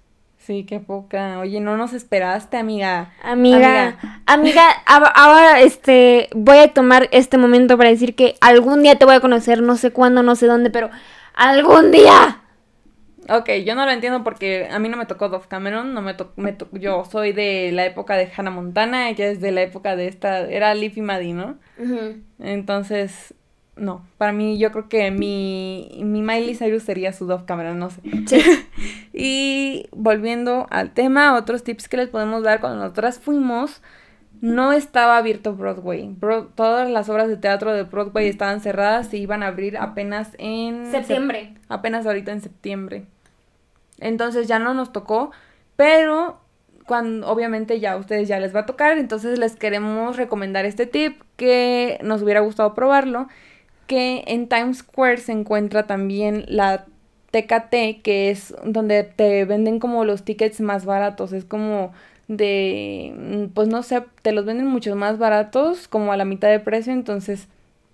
Sí, qué poca. Oye, no nos esperaste, amiga. Amiga, ahora voy a tomar este momento para decir que algún día te voy a conocer, no sé cuándo, no sé dónde, pero algún día. Ok, yo no lo entiendo porque a mí no me tocó Dove Cameron, no yo soy de la época de Hannah Montana, ella es de la época de era Liv y Maddie, ¿no? Entonces, no, para mí yo creo que mi Miley Cyrus sería su Dove Cameron, no sé. Sí. Y volviendo al tema, otros tips que les podemos dar cuando nosotras fuimos, no estaba abierto Broadway. Todas las obras de teatro de Broadway estaban cerradas y iban a abrir apenas en... Septiembre. Apenas ahorita en septiembre. Entonces ya no nos tocó, pero obviamente ya a ustedes ya les va a tocar, entonces les queremos recomendar este tip que nos hubiera gustado probarlo, que en Times Square se encuentra también la TKT, que es donde te venden como los tickets más baratos, es como pues no sé, te los venden mucho más baratos, como a la mitad de precio, entonces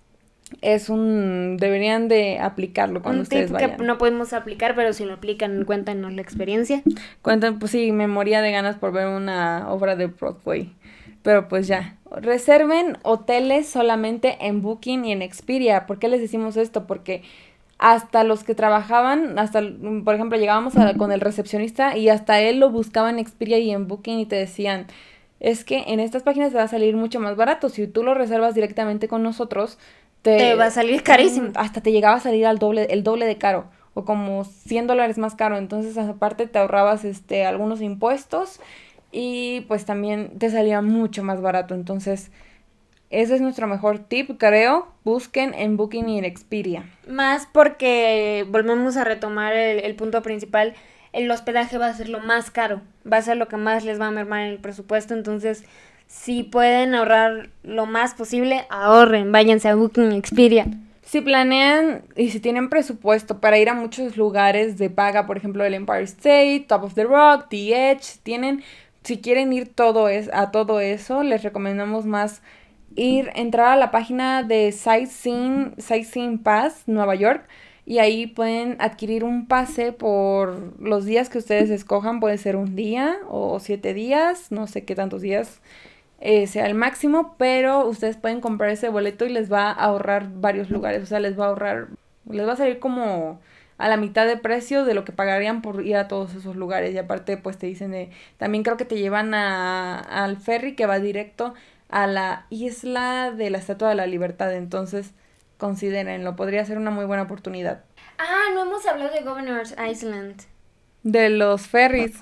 deberían de aplicarlo cuando ustedes vayan. Un tip que no podemos aplicar, pero si lo aplican, cuéntanos la experiencia. Cuentan, pues sí, me moría de ganas por ver una obra de Broadway. Pero pues ya, reserven hoteles solamente en Booking y en Expedia. ¿Por qué les decimos esto? Porque hasta los que trabajaban, por ejemplo, llegábamos con el recepcionista y hasta él lo buscaba en Expedia y en Booking y te decían, es que en estas páginas te va a salir mucho más barato. Si tú lo reservas directamente con nosotros, te va a salir carísimo. Hasta te llegaba a salir el doble de caro, o como $100 más caro. Entonces, aparte te ahorrabas algunos impuestos y pues también te salía mucho más barato. Entonces, ese es nuestro mejor tip, creo. Busquen en Booking y en Expedia. Más porque volvemos a retomar el punto principal. El hospedaje va a ser lo más caro. Va a ser lo que más les va a mermar en el presupuesto. Entonces, si pueden ahorrar lo más posible, ahorren. Váyanse a Booking y Expedia. Si planean y si tienen presupuesto para ir a muchos lugares de paga, por ejemplo, el Empire State, Top of the Rock, The Edge, si quieren ir a todo eso, les recomendamos más entrar a la página de Sightseeing Pass, Nueva York, y ahí pueden adquirir un pase por los días que ustedes escojan. Puede ser un día o 7 días, no sé qué tantos días sea el máximo, pero ustedes pueden comprar ese boleto y les va a ahorrar varios lugares. O sea, les va a salir como a la mitad de precio de lo que pagarían por ir a todos esos lugares. Y aparte, pues te dicen, también creo que te llevan al ferry que va directo a la isla de la Estatua de la Libertad. Entonces, considérenlo, podría ser una muy buena oportunidad. No hemos hablado de Governor's Island. De los ferries.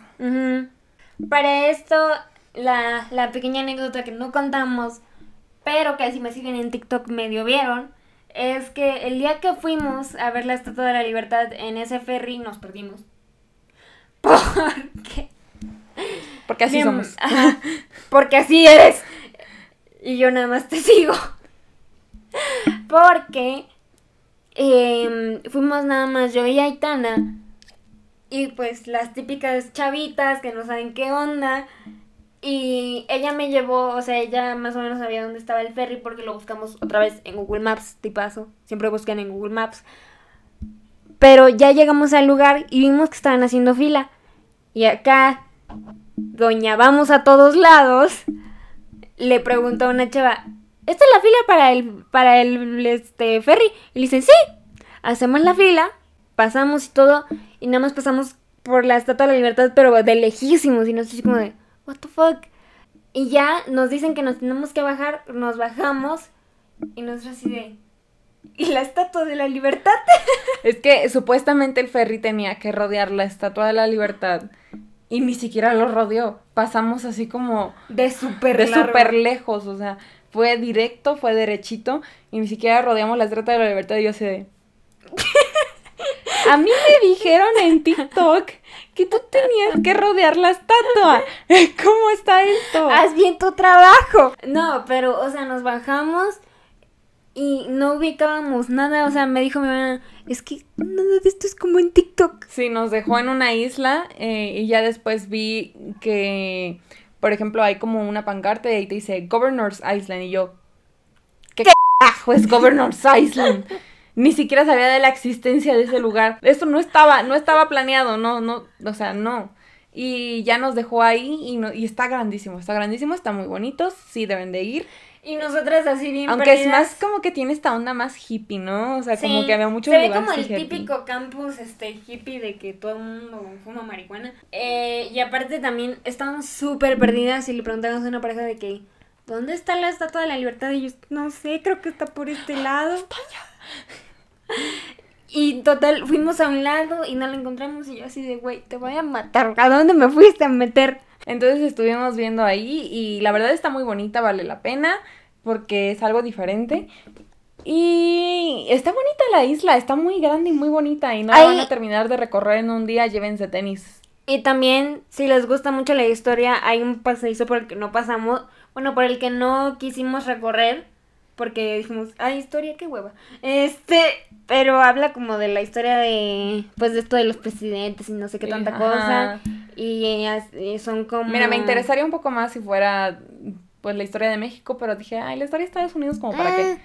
Para esto, la pequeña anécdota que no contamos, pero que si me siguen en TikTok medio vieron, es que el día que fuimos a ver la Estatua de la Libertad en ese ferry nos perdimos. Porque así somos. Porque así eres. Y yo nada más te sigo. Porque fuimos nada más yo y Aitana. Y pues las típicas chavitas que no saben qué onda. Y ella me llevó, o sea, ella más o menos sabía dónde estaba el ferry porque lo buscamos otra vez en Google Maps, tipazo. Siempre buscan en Google Maps. Pero ya llegamos al lugar y vimos que estaban haciendo fila. Y acá, doña vamos a todos lados, le preguntó a una chava, ¿esta es la fila para el ferry? Y le dicen, sí. Hacemos la fila, pasamos y todo, y nada más pasamos por la Estatua de la Libertad, pero de lejísimos, y nosotros así como de, what the fuck. Y ya nos dicen que nos tenemos que bajar, nos bajamos, y nosotros así de, ¿y la Estatua de la Libertad? Es que supuestamente el ferry tenía que rodear la Estatua de la Libertad, y ni siquiera lo rodeó. Pasamos así como de súper lejos, o sea, fue directo, fue derechito, y ni siquiera rodeamos la Estatua de la Libertad, y yo así de... A mí me dijeron en TikTok que tú tenías que rodear la estatua. ¿Cómo está esto? Haz bien tu trabajo. No, pero, o sea, nos bajamos y no ubicábamos nada. O sea, me dijo mi mamá, es que nada de esto es como en TikTok. Sí, nos dejó en una isla y ya después vi que, por ejemplo, hay como una pancarta y ahí te dice Governor's Island. Y yo, ¿qué carajo es Governor's Island? Ni siquiera sabía de la existencia de ese lugar. Esto no estaba planeado, no, o sea, no. Y ya nos dejó ahí y está grandísimo, está muy bonito, sí deben de ir. Y nosotras así bien Aunque perdidas. es más como que tiene esta onda más hippie, ¿no? O sea, Sí, como que había muchos se ve lugares como el que hippie. típico campus hippie de que todo el mundo fuma marihuana. Y aparte también estábamos súper perdidas y le preguntamos a una pareja de que ¿dónde está la Estatua de la Libertad? Y ellos, no sé, creo que está por este lado. Está allá. Y total, fuimos a un lado y no la encontramos y yo así de, güey, te voy a matar. ¿A dónde me fuiste a meter? Entonces estuvimos viendo ahí y la verdad está muy bonita, vale la pena porque es algo diferente. Y está bonita la isla, está muy grande y muy bonita y no la van a terminar de recorrer en un día, llévense tenis. Y también, si les gusta mucho la historia, hay un pasadizo por el que no pasamos, bueno, por el que no quisimos recorrer, porque dijimos, ay, historia, qué hueva. Pero habla como de la historia de, pues, de esto de los presidentes y no sé qué tanta cosa. Y son como... Mira, me interesaría un poco más si fuera, pues, la historia de México, pero dije, ay, la historia de Estados Unidos, ¿como para qué?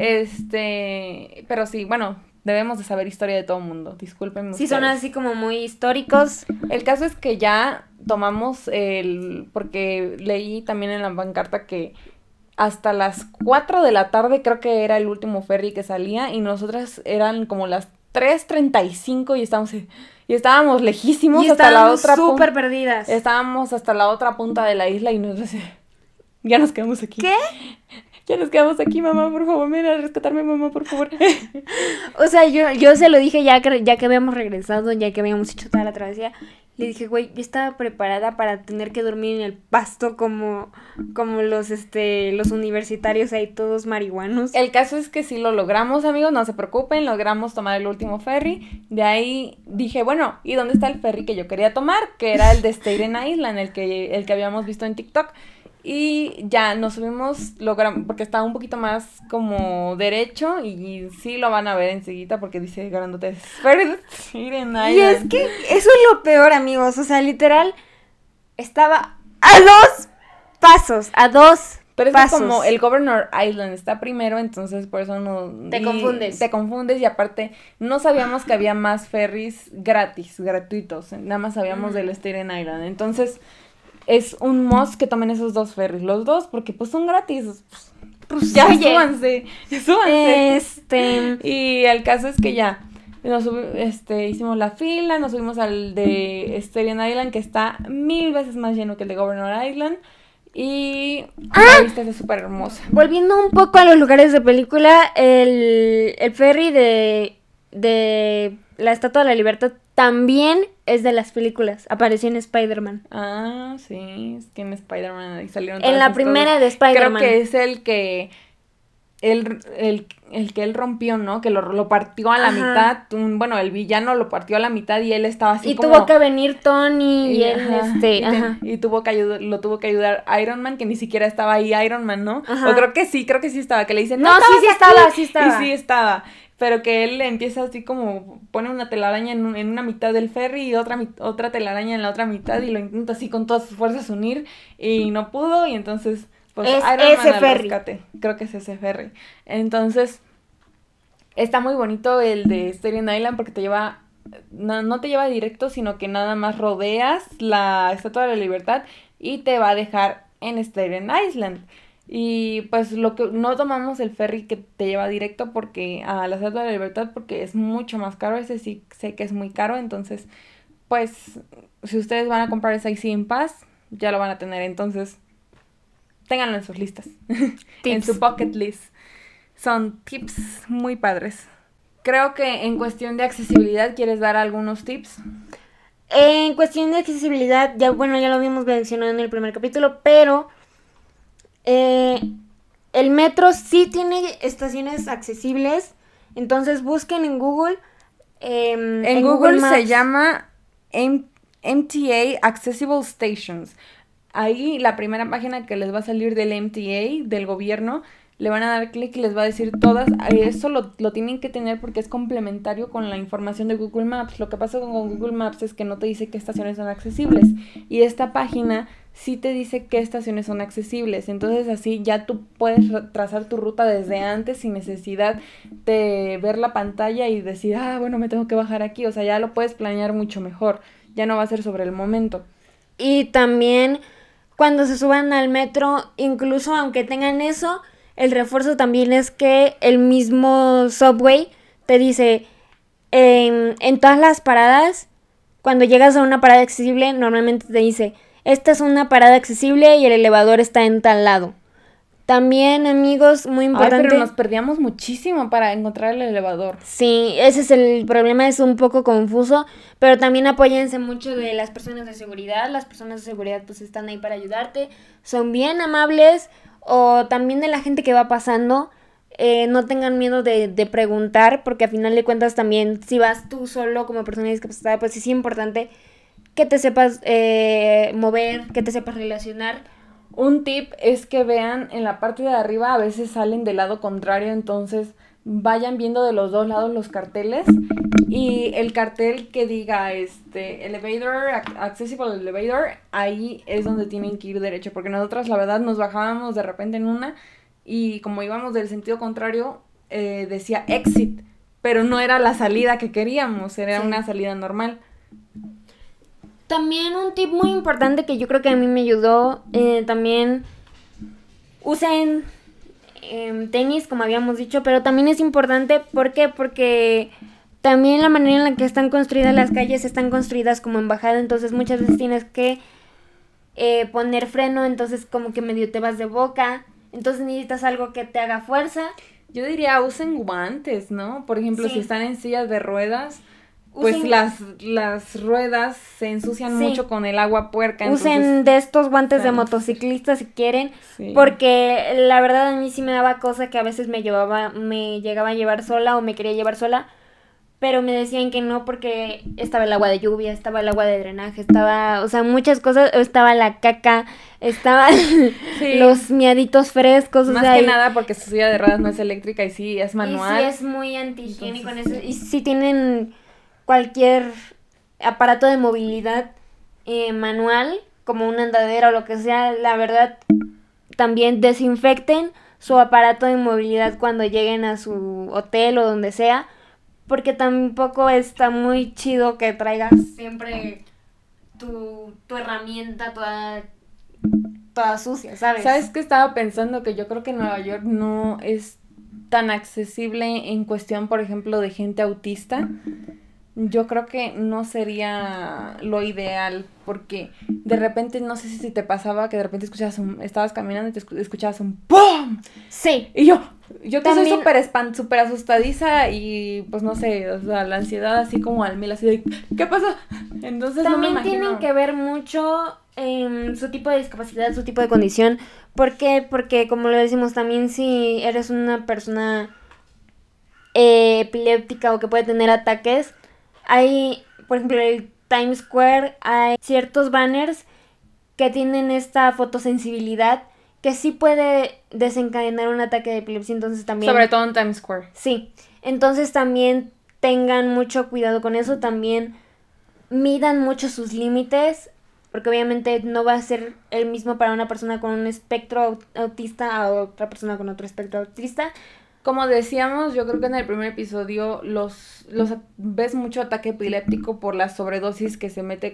Pero sí, bueno, debemos de saber historia de todo el mundo, discúlpenme Sí, ustedes. son así como muy históricos. El caso es que ya tomamos porque leí también en la pancarta que hasta las 4 de la tarde creo que era el último ferry que salía y nosotras eran como las 3:35 y estábamos lejísimos Y hasta la estábamos otra súper perdidas. Estábamos hasta la otra punta de la isla y nosotros ya nos quedamos aquí. ¿Qué? Ya nos quedamos aquí, mamá, por favor, ven a rescatarme, mamá, por favor. O sea, yo se lo dije ya que habíamos regresado, ya que habíamos hecho toda la travesía. Le dije, güey, yo estaba preparada para tener que dormir en el pasto como los universitarios ahí todos marihuanos. El caso es que sí lo logramos, amigos, no se preocupen, logramos tomar el último ferry. De ahí dije, bueno, ¿y dónde está el ferry que yo quería tomar? Que era el de Staten Island, el que habíamos visto en TikTok. Y ya nos subimos, logramos, porque estaba un poquito más como derecho y sí lo van a ver enseguida porque dice grandote Ferry de Staten Island. Y es que eso es lo peor, amigos, o sea, literal, estaba a 2 pasos, a 2 Pero es pasos. que como el Governor Island está primero, entonces por eso no... Te confundes. Te confundes y aparte no sabíamos que había más ferries gratuitos, nada más sabíamos del Staten Island, entonces... Es un must que tomen esos 2 ferries, los 2, porque pues son gratis. Pues ya súbanse. Y el caso es que ya hicimos la fila, nos subimos al de Staten Island, que está 1000 veces más lleno que el de Governor Island. Y la vista es súper hermosa. Volviendo un poco a los lugares de película, el ferry de la Estatua de la Libertad también es de las películas. Apareció en Spider-Man. Ah, sí, es que en Spider-Man ahí salieron En todas la esas primera cosas. de Spider-Man. Creo que es el que él rompió, ¿no? Que lo partió a la mitad. Bueno, el villano lo partió a la mitad y él estaba así y como... tuvo que venir Tony y él, y tuvo que lo tuvo que ayudar Iron Man, que ni siquiera estaba ahí Iron Man, ¿no? Ajá. O creo que sí estaba, que le dicen, No, sí estaba. Y sí estaba. Pero que él empieza así como, pone una telaraña en una mitad del ferry y otra telaraña en la otra mitad y lo intenta así con todas sus fuerzas unir y no pudo y entonces, pues es Iron ese Man al ferry. rescate. Creo que es ese ferry. Entonces, está muy bonito el de Staten Island porque te lleva, no te lleva directo, sino que nada más rodeas la Estatua de la Libertad y te va a dejar en Staten Island. Y pues lo que no tomamos el ferry que te lleva directo porque a la Estatua de la Libertad porque es mucho más caro, ese sí sé que es muy caro, entonces pues si ustedes van a comprar el Sightseeing Pass ya lo van a tener, entonces ténganlo en sus listas, en su bucket list, son tips muy padres. Creo que en cuestión de accesibilidad, ¿quieres dar algunos tips? En cuestión de accesibilidad, ya lo habíamos mencionado en el primer capítulo, pero el metro sí tiene estaciones accesibles, entonces busquen en Google. En Google se llama MTA Accessible Stations. Ahí la primera página que les va a salir del MTA, del gobierno, le van a dar clic y les va a decir todas. Eso lo tienen que tener porque es complementario con la información de Google Maps. Lo que pasa con Google Maps es que no te dice qué estaciones son accesibles. Y esta página sí te dice qué estaciones son accesibles. Entonces así ya tú puedes trazar tu ruta desde antes sin necesidad de ver la pantalla y decir, bueno, me tengo que bajar aquí. O sea, ya lo puedes planear mucho mejor. Ya no va a ser sobre el momento. Y también cuando se suban al metro, incluso aunque tengan eso, el refuerzo también es que el mismo subway te dice en todas las paradas, cuando llegas a una parada accesible, normalmente te dice, esta es una parada accesible y el elevador está en tal lado. También, amigos, muy importante. Pero nos perdíamos muchísimo para encontrar el elevador. Sí, ese es el problema, es un poco confuso, pero también apóyense mucho de las personas de seguridad. Las personas de seguridad pues están ahí para ayudarte, son bien amables, o también de la gente que va pasando. No tengan miedo de preguntar, porque a final de cuentas también si vas tú solo como persona discapacitada, pues sí es importante que te sepas mover, que te sepas relacionar. Un tip es que vean en la parte de arriba, a veces salen del lado contrario, entonces vayan viendo de los dos lados los carteles, y el cartel que diga elevator, accessible elevator, ahí es donde tienen que ir derecho, porque nosotras la verdad nos bajábamos de repente en una y como íbamos del sentido contrario decía exit, pero no era la salida que queríamos, era una salida normal. También un tip muy importante que yo creo que a mí me ayudó, también usen tenis, como habíamos dicho, pero también es importante, ¿por qué? Porque también la manera en la que están construidas las calles están construidas como en bajada, entonces muchas veces tienes que poner freno, entonces como que medio te vas de boca, entonces necesitas algo que te haga fuerza. Yo diría usen guantes, ¿no? Por ejemplo, si están en sillas de ruedas, pues Usen, las ruedas se ensucian mucho con el agua puerca. Usen entonces, de estos guantes de motociclista si quieren, porque la verdad a mí sí me daba cosa que a veces me llegaba a llevar sola o me quería llevar sola, pero me decían que no porque estaba el agua de lluvia, estaba el agua de drenaje, estaba, o sea, muchas cosas, estaba la caca, estaban los miaditos frescos. Más que nada porque su silla de ruedas no es eléctrica y sí es manual. Y sí es muy antihigiénico en eso, y si tienen cualquier aparato de movilidad manual, como una andadera o lo que sea, la verdad, también desinfecten su aparato de movilidad cuando lleguen a su hotel o donde sea, porque tampoco está muy chido que traigas siempre tu herramienta toda sucia, ¿sabes? ¿Sabes qué estaba pensando? Que yo creo que Nueva York no es tan accesible en cuestión, por ejemplo, de gente autista. Yo creo que no sería lo ideal, porque de repente, no sé si te pasaba que de repente estabas caminando y te escuchabas un ¡pum! Sí. Y yo que También, soy súper asustadiza y pues no sé, o sea, la ansiedad así como al mil, así de ¿qué pasó? Entonces también no me imagino. tienen que ver mucho su tipo de discapacidad, su tipo de condición. ¿Por qué? Porque como lo decimos, también si eres una persona epiléptica o que puede tener ataques, hay, por ejemplo, en el Times Square hay ciertos banners que tienen esta fotosensibilidad que sí puede desencadenar un ataque de epilepsia, entonces también... Sobre todo en Times Square. Sí, entonces también tengan mucho cuidado con eso, también midan mucho sus límites, porque obviamente no va a ser el mismo para una persona con un espectro autista a otra persona con otro espectro autista. Como decíamos, yo creo que en el primer episodio los ves mucho ataque epiléptico por la sobredosis que se mete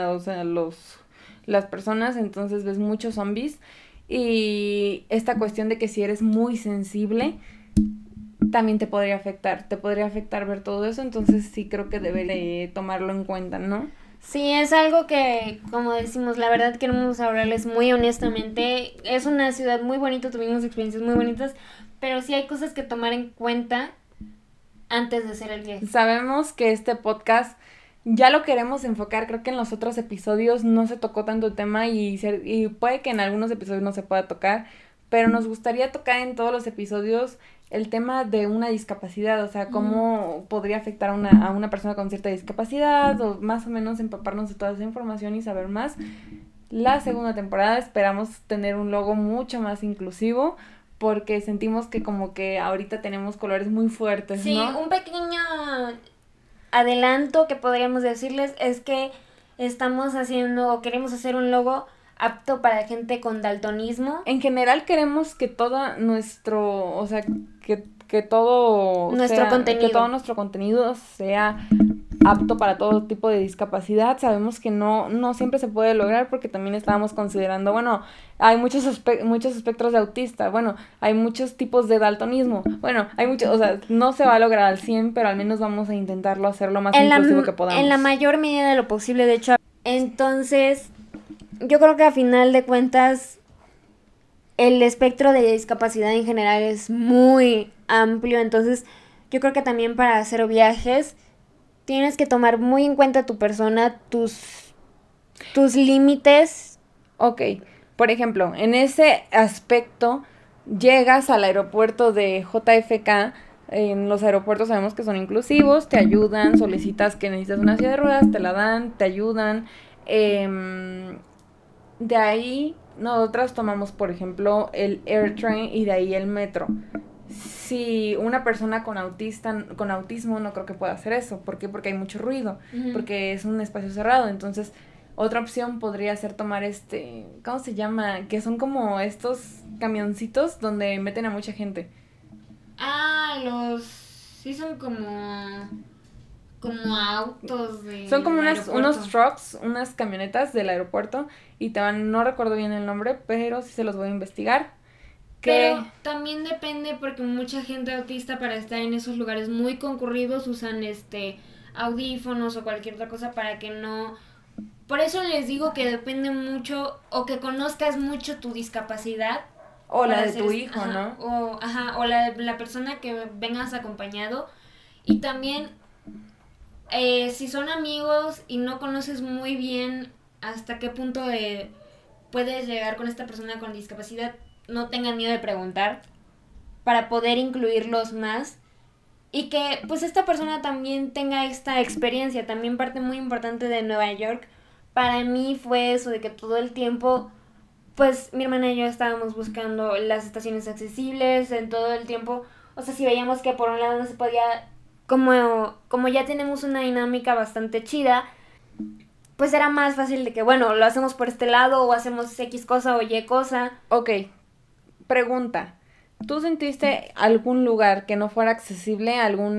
las personas, entonces ves muchos zombies, y esta cuestión de que si eres muy sensible también te podría afectar ver todo eso, entonces sí creo que debe de tomarlo en cuenta, ¿no? Sí, es algo que, como decimos, la verdad queremos hablarles muy honestamente. Es una ciudad muy bonita, tuvimos experiencias muy bonitas, pero sí hay cosas que tomar en cuenta antes de hacer el viaje. Sabemos que este podcast ya lo queremos enfocar, creo que en los otros episodios no se tocó tanto el tema y puede que en algunos episodios no se pueda tocar, pero nos gustaría tocar en todos los episodios el tema de una discapacidad, o sea, cómo podría afectar a una persona con cierta discapacidad, o más o menos empaparnos de toda esa información y saber más. La segunda temporada esperamos tener un logo mucho más inclusivo, porque sentimos que como que ahorita tenemos colores muy fuertes, sí, ¿no? Un pequeño adelanto que podríamos decirles es que estamos haciendo o queremos hacer un logo apto para gente con daltonismo. En general queremos que todo nuestro, o sea, que todo nuestro contenido. Que todo nuestro contenido sea apto para todo tipo de discapacidad. Sabemos que no siempre se puede lograr porque también estábamos considerando, bueno, hay muchos espectros de autista, bueno, hay muchos tipos de daltonismo, bueno, hay muchos, o sea, no se va a lograr al 100, pero al menos vamos a intentarlo hacer lo más inclusivo que podamos. En la mayor medida de lo posible, de hecho. Entonces, yo creo que a final de cuentas, el espectro de discapacidad en general es muy amplio, entonces yo creo que también para hacer viajes tienes que tomar muy en cuenta tu persona, tus límites. Ok, por ejemplo, en ese aspecto llegas al aeropuerto de JFK. En los aeropuertos sabemos que son inclusivos, te ayudan, solicitas que necesitas una silla de ruedas, te la dan, te ayudan. De ahí nosotras tomamos, por ejemplo, el AirTrain y de ahí el metro. Si una persona con autismo no creo que pueda hacer eso. ¿Por qué? Porque hay mucho ruido, porque es un espacio cerrado. Entonces, otra opción podría ser tomar ¿cómo se llama? Que son como estos camioncitos donde meten a mucha gente. Sí son como autos de... Son como unos trucks, unas camionetas del aeropuerto y no recuerdo bien el nombre, pero sí se los voy a investigar. Pero también depende porque mucha gente autista para estar en esos lugares muy concurridos usan audífonos o cualquier otra cosa para que no... Por eso les digo que depende mucho o que conozcas mucho tu discapacidad. O la de tu hijo, ¿no? O la persona que vengas acompañado. Y también, si son amigos y no conoces muy bien hasta qué punto puedes llegar con esta persona con discapacidad, no tengan miedo de preguntar para poder incluirlos más. Y que pues esta persona también tenga esta experiencia. También parte muy importante de Nueva York para mí fue eso de que todo el tiempo... Pues mi hermana y yo estábamos buscando las estaciones accesibles en todo el tiempo. O sea, si veíamos que por un lado no se podía... Como ya tenemos una dinámica bastante chida, pues era más fácil de que, bueno, lo hacemos por este lado o hacemos X cosa o Y cosa. Ok, pregunta. ¿Tú sentiste algún lugar que no fuera accesible? ¿Algún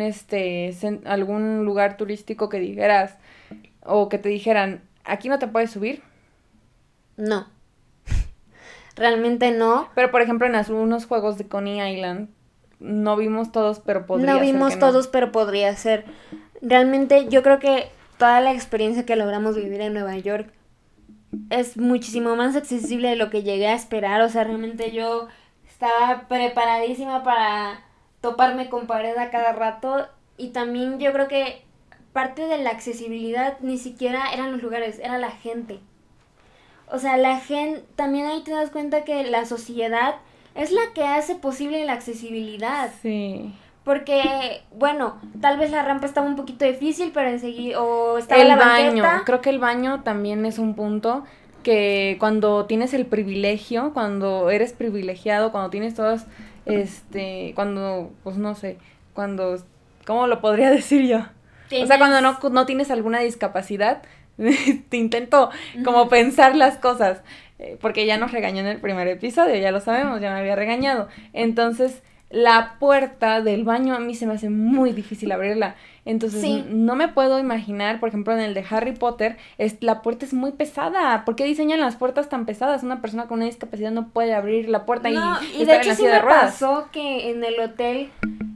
lugar turístico que dijeras o que te dijeran, aquí no te puedes subir? No. Realmente no. Pero, por ejemplo, en algunos juegos de Coney Island, no vimos todos, pero podría ser. No vimos todos, pero podría ser. Realmente, yo creo que toda la experiencia que logramos vivir en Nueva York es muchísimo más accesible de lo que llegué a esperar. O sea, realmente yo estaba preparadísima para toparme con pared a cada rato. Y también yo creo que parte de la accesibilidad ni siquiera eran los lugares, era la gente. O sea, la gente, también ahí te das cuenta que la sociedad es la que hace posible la accesibilidad. Sí. Porque, bueno, tal vez la rampa estaba un poquito difícil, pero enseguida, o estaba la banqueta. El baño, creo que el baño también es un punto que cuando tienes el privilegio, cuando eres privilegiado, cuando tienes todas, cuando, pues no sé, cuando, ¿cómo lo podría decir yo? O sea, cuando no tienes alguna discapacidad, te intento como pensar las cosas, porque ya nos regañó en el primer episodio, ya lo sabemos, ya me había regañado. Entonces, la puerta del baño a mí se me hace muy difícil abrirla. Entonces, sí, no me puedo imaginar, por ejemplo, en el de Harry Potter, la puerta es muy pesada. ¿Por qué diseñan las puertas tan pesadas? Una persona con una discapacidad no puede abrir la puerta y de hecho sí me pasó que en el hotel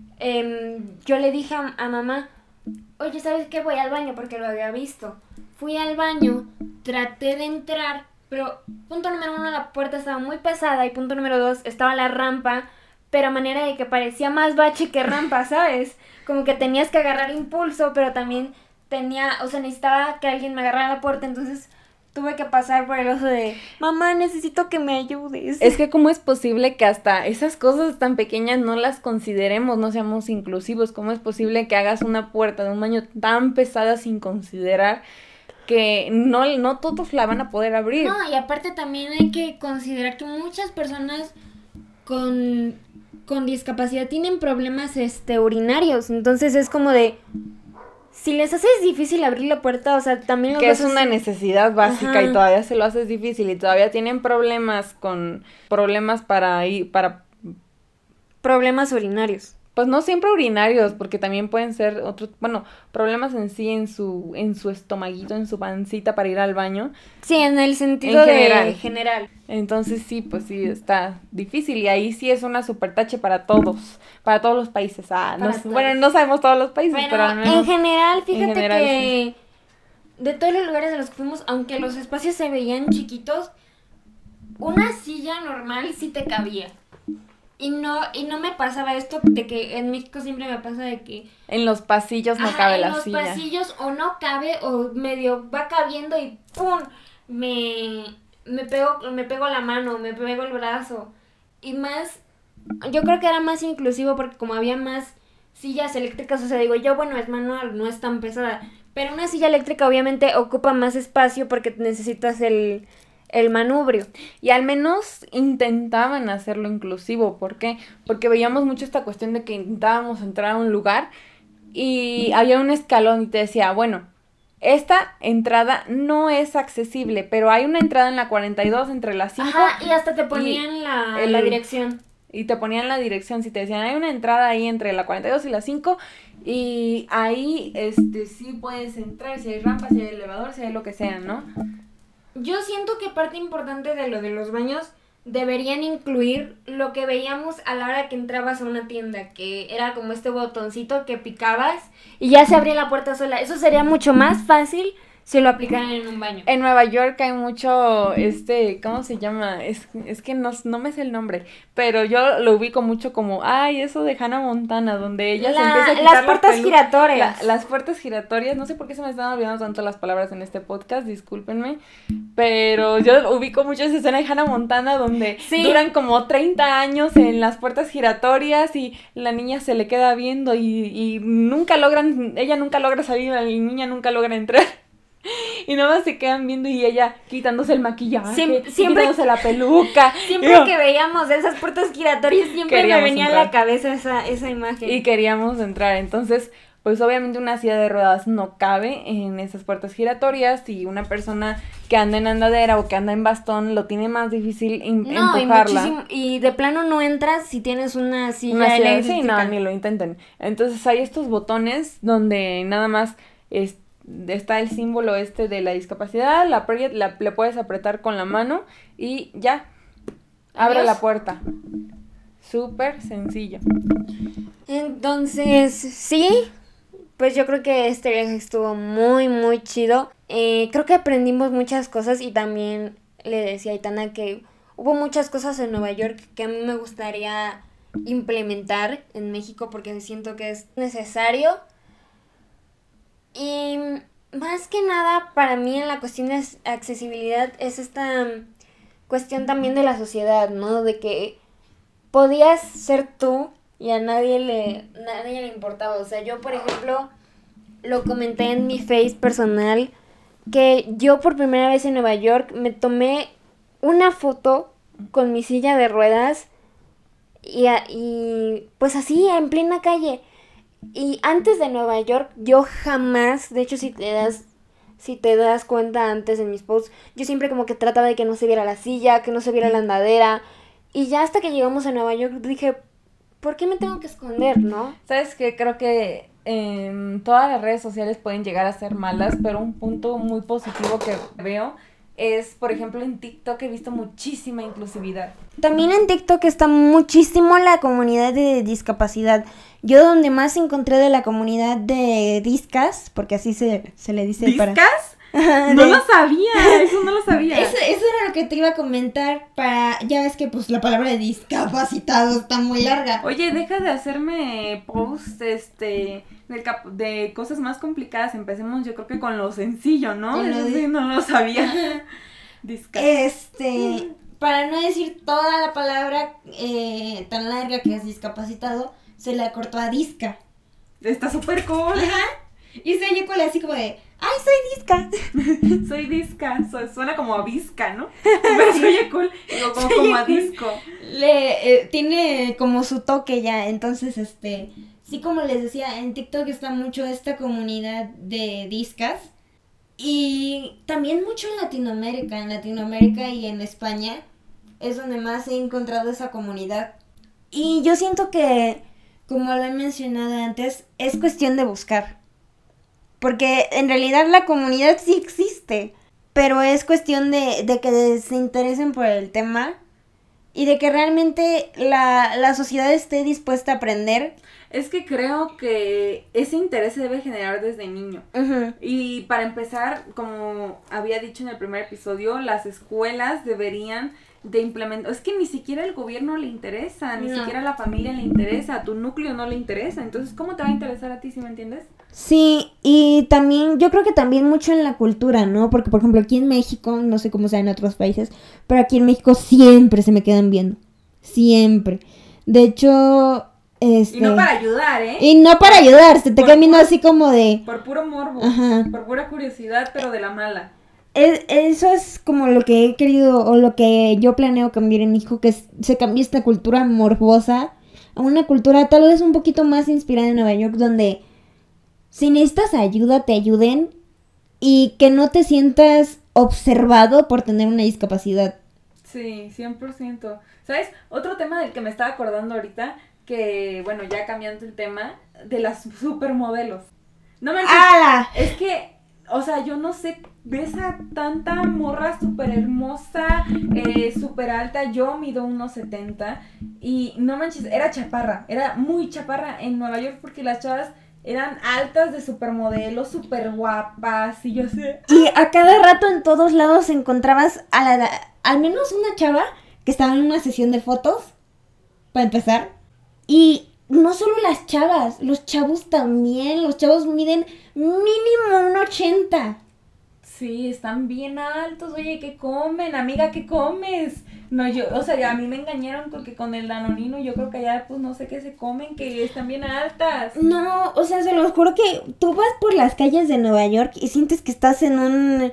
yo le dije a mamá, oye, ¿sabes qué? Voy al baño porque lo había visto. Fui al baño, traté de entrar, pero punto número 1, la puerta estaba muy pesada y punto número 2, estaba la rampa, pero a manera de que parecía más bache que rampa, ¿sabes? Como que tenías que agarrar impulso, pero también necesitaba que alguien me agarrara la puerta, entonces tuve que pasar por el ojo de, mamá, necesito que me ayudes. Es que cómo es posible que hasta esas cosas tan pequeñas no las consideremos, no seamos inclusivos. ¿Cómo es posible que hagas una puerta de un baño tan pesada sin considerar que no todos la van a poder abrir? No, y aparte también hay que considerar que muchas personas con discapacidad tienen problemas urinarios, entonces es como de, si les haces difícil abrir la puerta, o sea, también que es una necesidad básica. Ajá. Y todavía se lo haces difícil y todavía tienen problemas para problemas urinarios. pues no siempre urinarios, porque también pueden ser otros, bueno, problemas en sí en su estomaguito, en su pancita para ir al baño. Sí, en el sentido En general. Entonces sí, pues sí, está difícil y ahí sí es una super tache para todos los países. Bueno, no sabemos todos los países, pero al menos en general, fíjate en general, que de todos los lugares a los que fuimos, aunque los espacios se veían chiquitos, una silla normal sí te cabía. Y no me pasaba esto de que en México siempre me pasa de que en los pasillos no cabe la silla. En los pasillos o no cabe o medio va cabiendo y ¡pum! Me pego la mano, me pego el brazo. Y más, yo creo que era más inclusivo porque como había más sillas eléctricas, o sea, digo yo, bueno, es manual, no es tan pesada. Pero una silla eléctrica obviamente ocupa más espacio porque necesitas el manubrio. Y al menos intentaban hacerlo inclusivo. ¿Por qué? Porque veíamos mucho esta cuestión de que intentábamos entrar a un lugar y había un escalón y te decía, bueno, esta entrada no es accesible, pero hay una entrada en la 42 entre las 5. Ajá, y hasta te ponían la dirección. Y te ponían la dirección, si te decían, hay una entrada ahí entre la 42 y la 5, y ahí sí puedes entrar, si hay rampas, si hay elevador, si hay lo que sea, ¿no? Yo siento que parte importante de lo de los baños deberían incluir lo que veíamos a la hora que entrabas a una tienda, que era como este botoncito que picabas y ya se abría la puerta sola. Eso sería mucho más fácil si lo aplicaran en un baño. En Nueva York hay mucho, ¿cómo se llama? Es que no me sé el nombre, pero yo lo ubico mucho como, eso de Hannah Montana, donde ella se empieza a quitar las puertas giratorias. Las puertas giratorias, no sé por qué se me están olvidando tanto las palabras en este podcast, discúlpenme, pero yo ubico mucho esa escena de Hannah Montana donde duran como 30 años en las puertas giratorias y la niña se le queda viendo y ella nunca logra salir, la niña nunca logra entrar. Y nada más se quedan viendo y ella quitándose el maquillaje, siempre quitándose la peluca. Siempre que veíamos esas puertas giratorias siempre me venía a la cabeza esa imagen. Y queríamos entrar, entonces pues obviamente una silla de ruedas no cabe en esas puertas giratorias y una persona que anda en andadera o que anda en bastón lo tiene más difícil empujarla. Y de plano no entras si tienes una silla eléctrica. Sí, no, ni lo intenten. Entonces hay estos botones donde nada más está el símbolo de la discapacidad, le puedes apretar con la mano y ya, abre la puerta. Súper sencillo. Entonces, sí, pues yo creo que este viaje estuvo muy, muy chido. Creo que aprendimos muchas cosas y también le decía a Aitana que hubo muchas cosas en Nueva York que a mí me gustaría implementar en México porque siento que es necesario. Y más que nada para mí en la cuestión de accesibilidad es esta cuestión también de la sociedad, ¿no? De que podías ser tú y a nadie le importaba. O sea, yo por ejemplo lo comenté en mi Face personal que yo por primera vez en Nueva York me tomé una foto con mi silla de ruedas y pues así en plena calle. Y antes de Nueva York, yo jamás, de hecho si te das cuenta antes en mis posts, yo siempre como que trataba de que no se viera la silla, que no se viera la andadera. Y ya hasta que llegamos a Nueva York dije, ¿por qué me tengo que esconder, no? ¿Sabes qué? Creo que todas las redes sociales pueden llegar a ser malas, pero un punto muy positivo que veo es, por ejemplo, en TikTok he visto muchísima inclusividad. También en TikTok está muchísimo la comunidad de discapacidad. Yo donde más encontré de la comunidad de discas, porque así se le dice. ¿Discas? No lo sabía, eso no lo sabía. Eso era lo que te iba a comentar ya ves que pues la palabra de discapacitado está muy larga. Oye, deja de hacerme posts de cosas más complicadas. Empecemos yo creo que con lo sencillo, ¿no? Eso sí no lo sabía. Discas. Para no decir toda la palabra tan larga que es discapacitado, se la cortó a disca. Está súper cool. Ajá. Y se oye cool así como de, ¡ay, soy disca! Soy disca, suena como a visca, ¿no? Pero se oye cool, digo, como a disco. Tiene como su toque ya, entonces, sí, como les decía, en TikTok está mucho esta comunidad de discas. Y también mucho en Latinoamérica y en España es donde más he encontrado esa comunidad. Y yo siento que como lo he mencionado antes, es cuestión de buscar. Porque en realidad la comunidad sí existe, pero es cuestión de que se interesen por el tema y de que realmente la sociedad esté dispuesta a aprender. Es que creo que ese interés se debe generar desde niño. Ujú. Y para empezar, como había dicho en el primer episodio, las escuelas deberían de implementar... Es que ni siquiera el gobierno le interesa, ni No. siquiera la familia le interesa, a tu núcleo no le interesa. Entonces, ¿cómo te va a interesar a ti, si me entiendes? Sí, y también, yo creo que también mucho en la cultura, ¿no? Porque, por ejemplo, aquí en México, no sé cómo sea en otros países, pero aquí en México siempre se me quedan viendo. Siempre. De hecho, Y no para ayudar, ¿eh? Y no para ayudar, se te Por quedan viendo puro- así como de... Por puro morbo, Ajá. por pura curiosidad, pero de la mala. Eso es como lo que he querido o lo que yo planeo cambiar en México, que se cambie esta cultura morbosa a una cultura tal vez un poquito más inspirada en Nueva York, donde si necesitas ayuda, te ayuden y que no te sientas observado por tener una discapacidad. Sí, 100%. ¿Sabes? Otro tema del que me estaba acordando ahorita, que, bueno, ya cambiando el tema, de las supermodelos. No me ¡Hala! Es que, o sea, yo no sé, ves a tanta morra súper hermosa, súper alta, yo mido 1.70 y no manches, era chaparra, era muy chaparra en Nueva York porque las chavas eran altas de supermodelos, súper guapas y yo sé... Y a cada rato en todos lados encontrabas al menos una chava que estaba en una sesión de fotos, para empezar. Y no solo las chavas, los chavos también. Los chavos miden mínimo 1.80. Sí, están bien altos, oye, ¿qué comen? Amiga, ¿qué comes? No, yo, o sea, ya a mí me engañaron porque con el danonino, yo creo que allá, pues, no sé qué se comen, que están bien altas. No, o sea, se los juro que tú vas por las calles de Nueva York y sientes que estás en un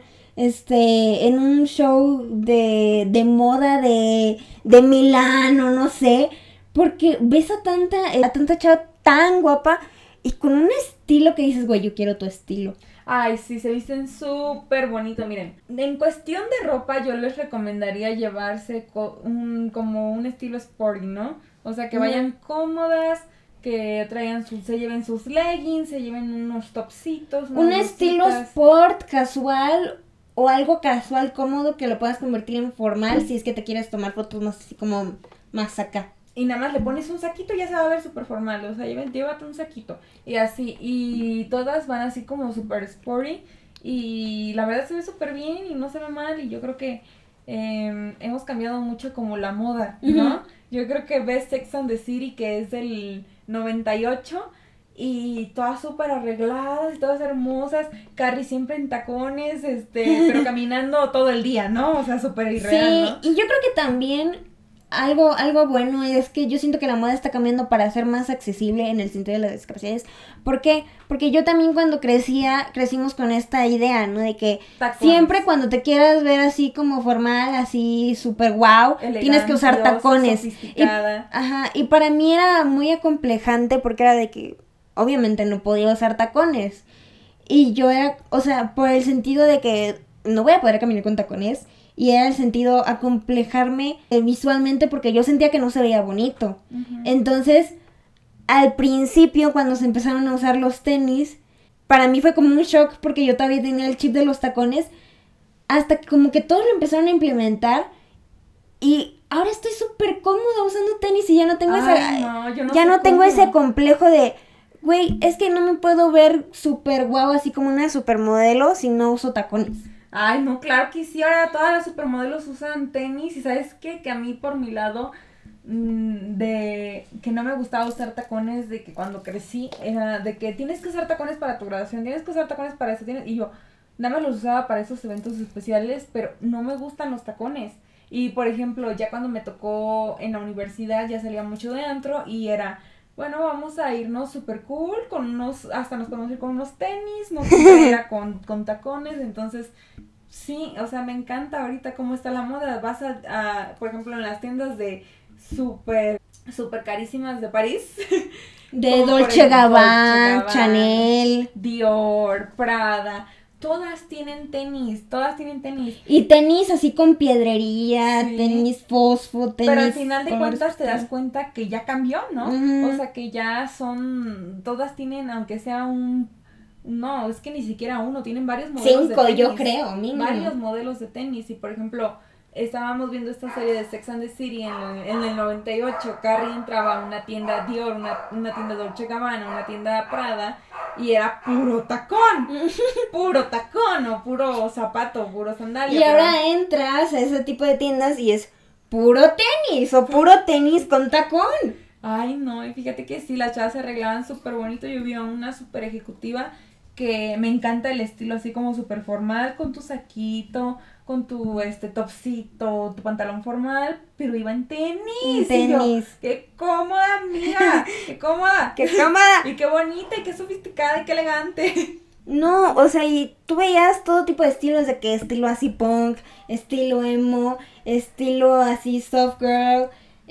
show de moda de Milán o no sé, porque ves a tanta chava tan guapa y con un estilo que dices, güey, yo quiero tu estilo. Ay, sí, se visten súper bonito, miren. En cuestión de ropa, yo les recomendaría llevarse como un estilo sporty, ¿no? O sea, que vayan cómodas, que se lleven sus leggings, se lleven unos topsitos. Un estilo sport, casual o algo casual, cómodo, que lo puedas convertir en formal si es que te quieres tomar fotos más así como más acá. Y nada más le pones un saquito y ya se va a ver súper formal, o sea, llévate un saquito. Y así, y todas van así como súper sporty. Y la verdad se ve súper bien y no se ve mal. Y yo creo que hemos cambiado mucho como la moda, ¿no? Ujú. Yo creo que ves Sex and the City, que es del 98, y todas súper arregladas y todas hermosas. Carrie siempre en tacones, pero caminando todo el día, ¿no? O sea, súper irreal, ¿no? Sí, y yo creo que también algo bueno es que yo siento que la moda está cambiando para ser más accesible en el sentido de las discapacidades. ¿Por qué? Porque yo también cuando crecimos con esta idea, ¿no? De que Tacones. siempre cuando te quieras ver así como formal, así súper wow, tienes que usar Eleganciosa, tacones. sofisticada. Y para mí era muy acomplejante porque era de que obviamente no podía usar tacones. Y yo era, o sea, por el sentido de que no voy a poder caminar con tacones. Y era el sentido acomplejarme visualmente porque yo sentía que no se veía bonito. Ujú. Entonces, al principio, cuando se empezaron a usar los tenis, para mí fue como un shock porque yo todavía tenía el chip de los tacones. Hasta que como que todos lo empezaron a implementar. Y ahora estoy súper cómoda usando tenis y ya no tengo Ay, no, yo no ya sé no tengo cómo. ese complejo de... Güey, es que no me puedo ver súper guau así como una supermodelo si no uso tacones. Ay, no, claro que sí, ahora todas las supermodelos usan tenis y ¿sabes qué? Que a mí por mi lado de que no me gustaba usar tacones, de que cuando crecí era de que tienes que usar tacones para tu graduación, tienes que usar tacones para eso, y yo nada más los usaba para esos eventos especiales, pero no me gustan los tacones. Y por ejemplo, ya cuando me tocó en la universidad ya salía mucho de antro y era... Bueno, vamos a irnos super cool, hasta nos podemos ir con unos tenis, no siempre era con tacones, entonces, sí, o sea, me encanta ahorita cómo está la moda. Vas por ejemplo, en las tiendas de super carísimas de París. De Como por Dolce ejemplo, Gabbana, Dolce Gabbana, Chanel. Dior, Prada, todas tienen tenis. Y tenis así con piedrería, Sí. tenis fosfo, tenis... Pero al final de colores cuentas te das pastel. cuenta que ya cambió, ¿no? Ujú. O sea, que ya todas tienen, aunque sea no, es que ni siquiera uno, tienen varios modelos 5, de tenis. yo creo, mínimo. Varios modelos de tenis. Y por ejemplo, estábamos viendo esta serie de Sex and the City en el 98. Carrie entraba a una tienda Dior, una tienda Dolce Gabbana, una tienda Prada, y era puro tacón. Puro tacón, o puro zapato, puro sandalia. Y pero- ahora entras a ese tipo de tiendas y es puro tenis o puro tenis con tacón. Ay, no, y fíjate que sí, las chavas se arreglaban súper bonito. Yo vi a una súper ejecutiva que me encanta el estilo así como súper formal, con tu saquito, con tu topsito, tu pantalón formal, pero iba en tenis. Y yo, Tenis. qué cómoda, amiga, qué cómoda. ¡Qué cómoda! Y qué bonita, y qué sofisticada, y qué elegante. No, o sea, y tú veías todo tipo de estilos, de que estilo así punk, estilo emo, estilo así soft girl,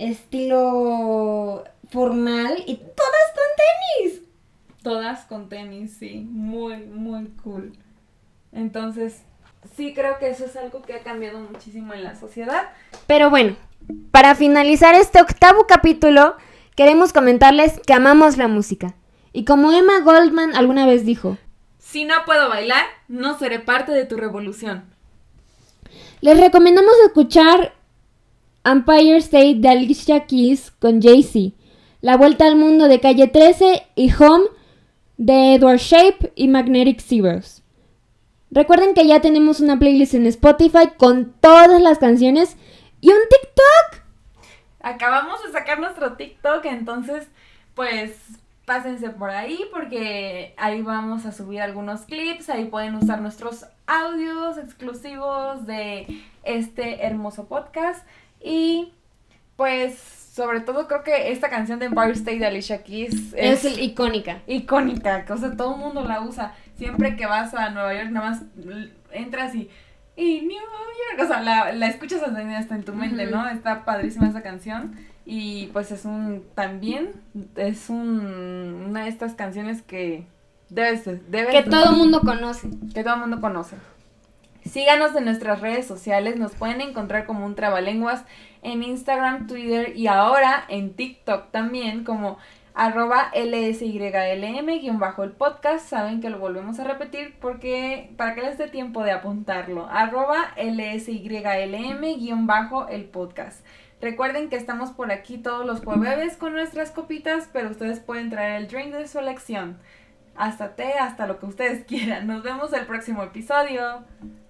estilo formal y todas con tenis. Todas con tenis, sí, muy, muy cool. Entonces, sí creo que eso es algo que ha cambiado muchísimo en la sociedad. Pero bueno, para finalizar este 8º capítulo, queremos comentarles que amamos la música. Y como Emma Goldman alguna vez dijo, Si no puedo bailar, no seré parte de tu revolución. les recomendamos escuchar Empire State de Alicia Keys con Jay-Z, La Vuelta al Mundo de Calle 13 y Home de Edward Shape y Magnetic Zeros. Recuerden que ya tenemos una playlist en Spotify con todas las canciones y un TikTok. Acabamos de sacar nuestro TikTok, entonces, pues, pásense por ahí porque ahí vamos a subir algunos clips, ahí pueden usar nuestros audios exclusivos de este hermoso podcast y, pues, sobre todo creo que esta canción de Empire State de Alicia Keys Es icónica. icónica, que o sea, todo el mundo la usa. Siempre que vas a Nueva York, nada más entras y New York, o sea, la escuchas hasta en tu mente, ¿no? Está padrísima esa canción y pues también es una de estas canciones que debe Que todo el mundo conoce. que todo el mundo conoce. Síganos en nuestras redes sociales, nos pueden encontrar como un trabalenguas en Instagram, Twitter y ahora en TikTok también como @lsylm_el podcast. Saben que lo volvemos a repetir porque para que les dé tiempo de apuntarlo. @lsylm_el podcast. Recuerden que estamos por aquí todos los jueves con nuestras copitas, pero ustedes pueden traer el drink de su elección. Hasta té, hasta lo que ustedes quieran. Nos vemos el próximo episodio.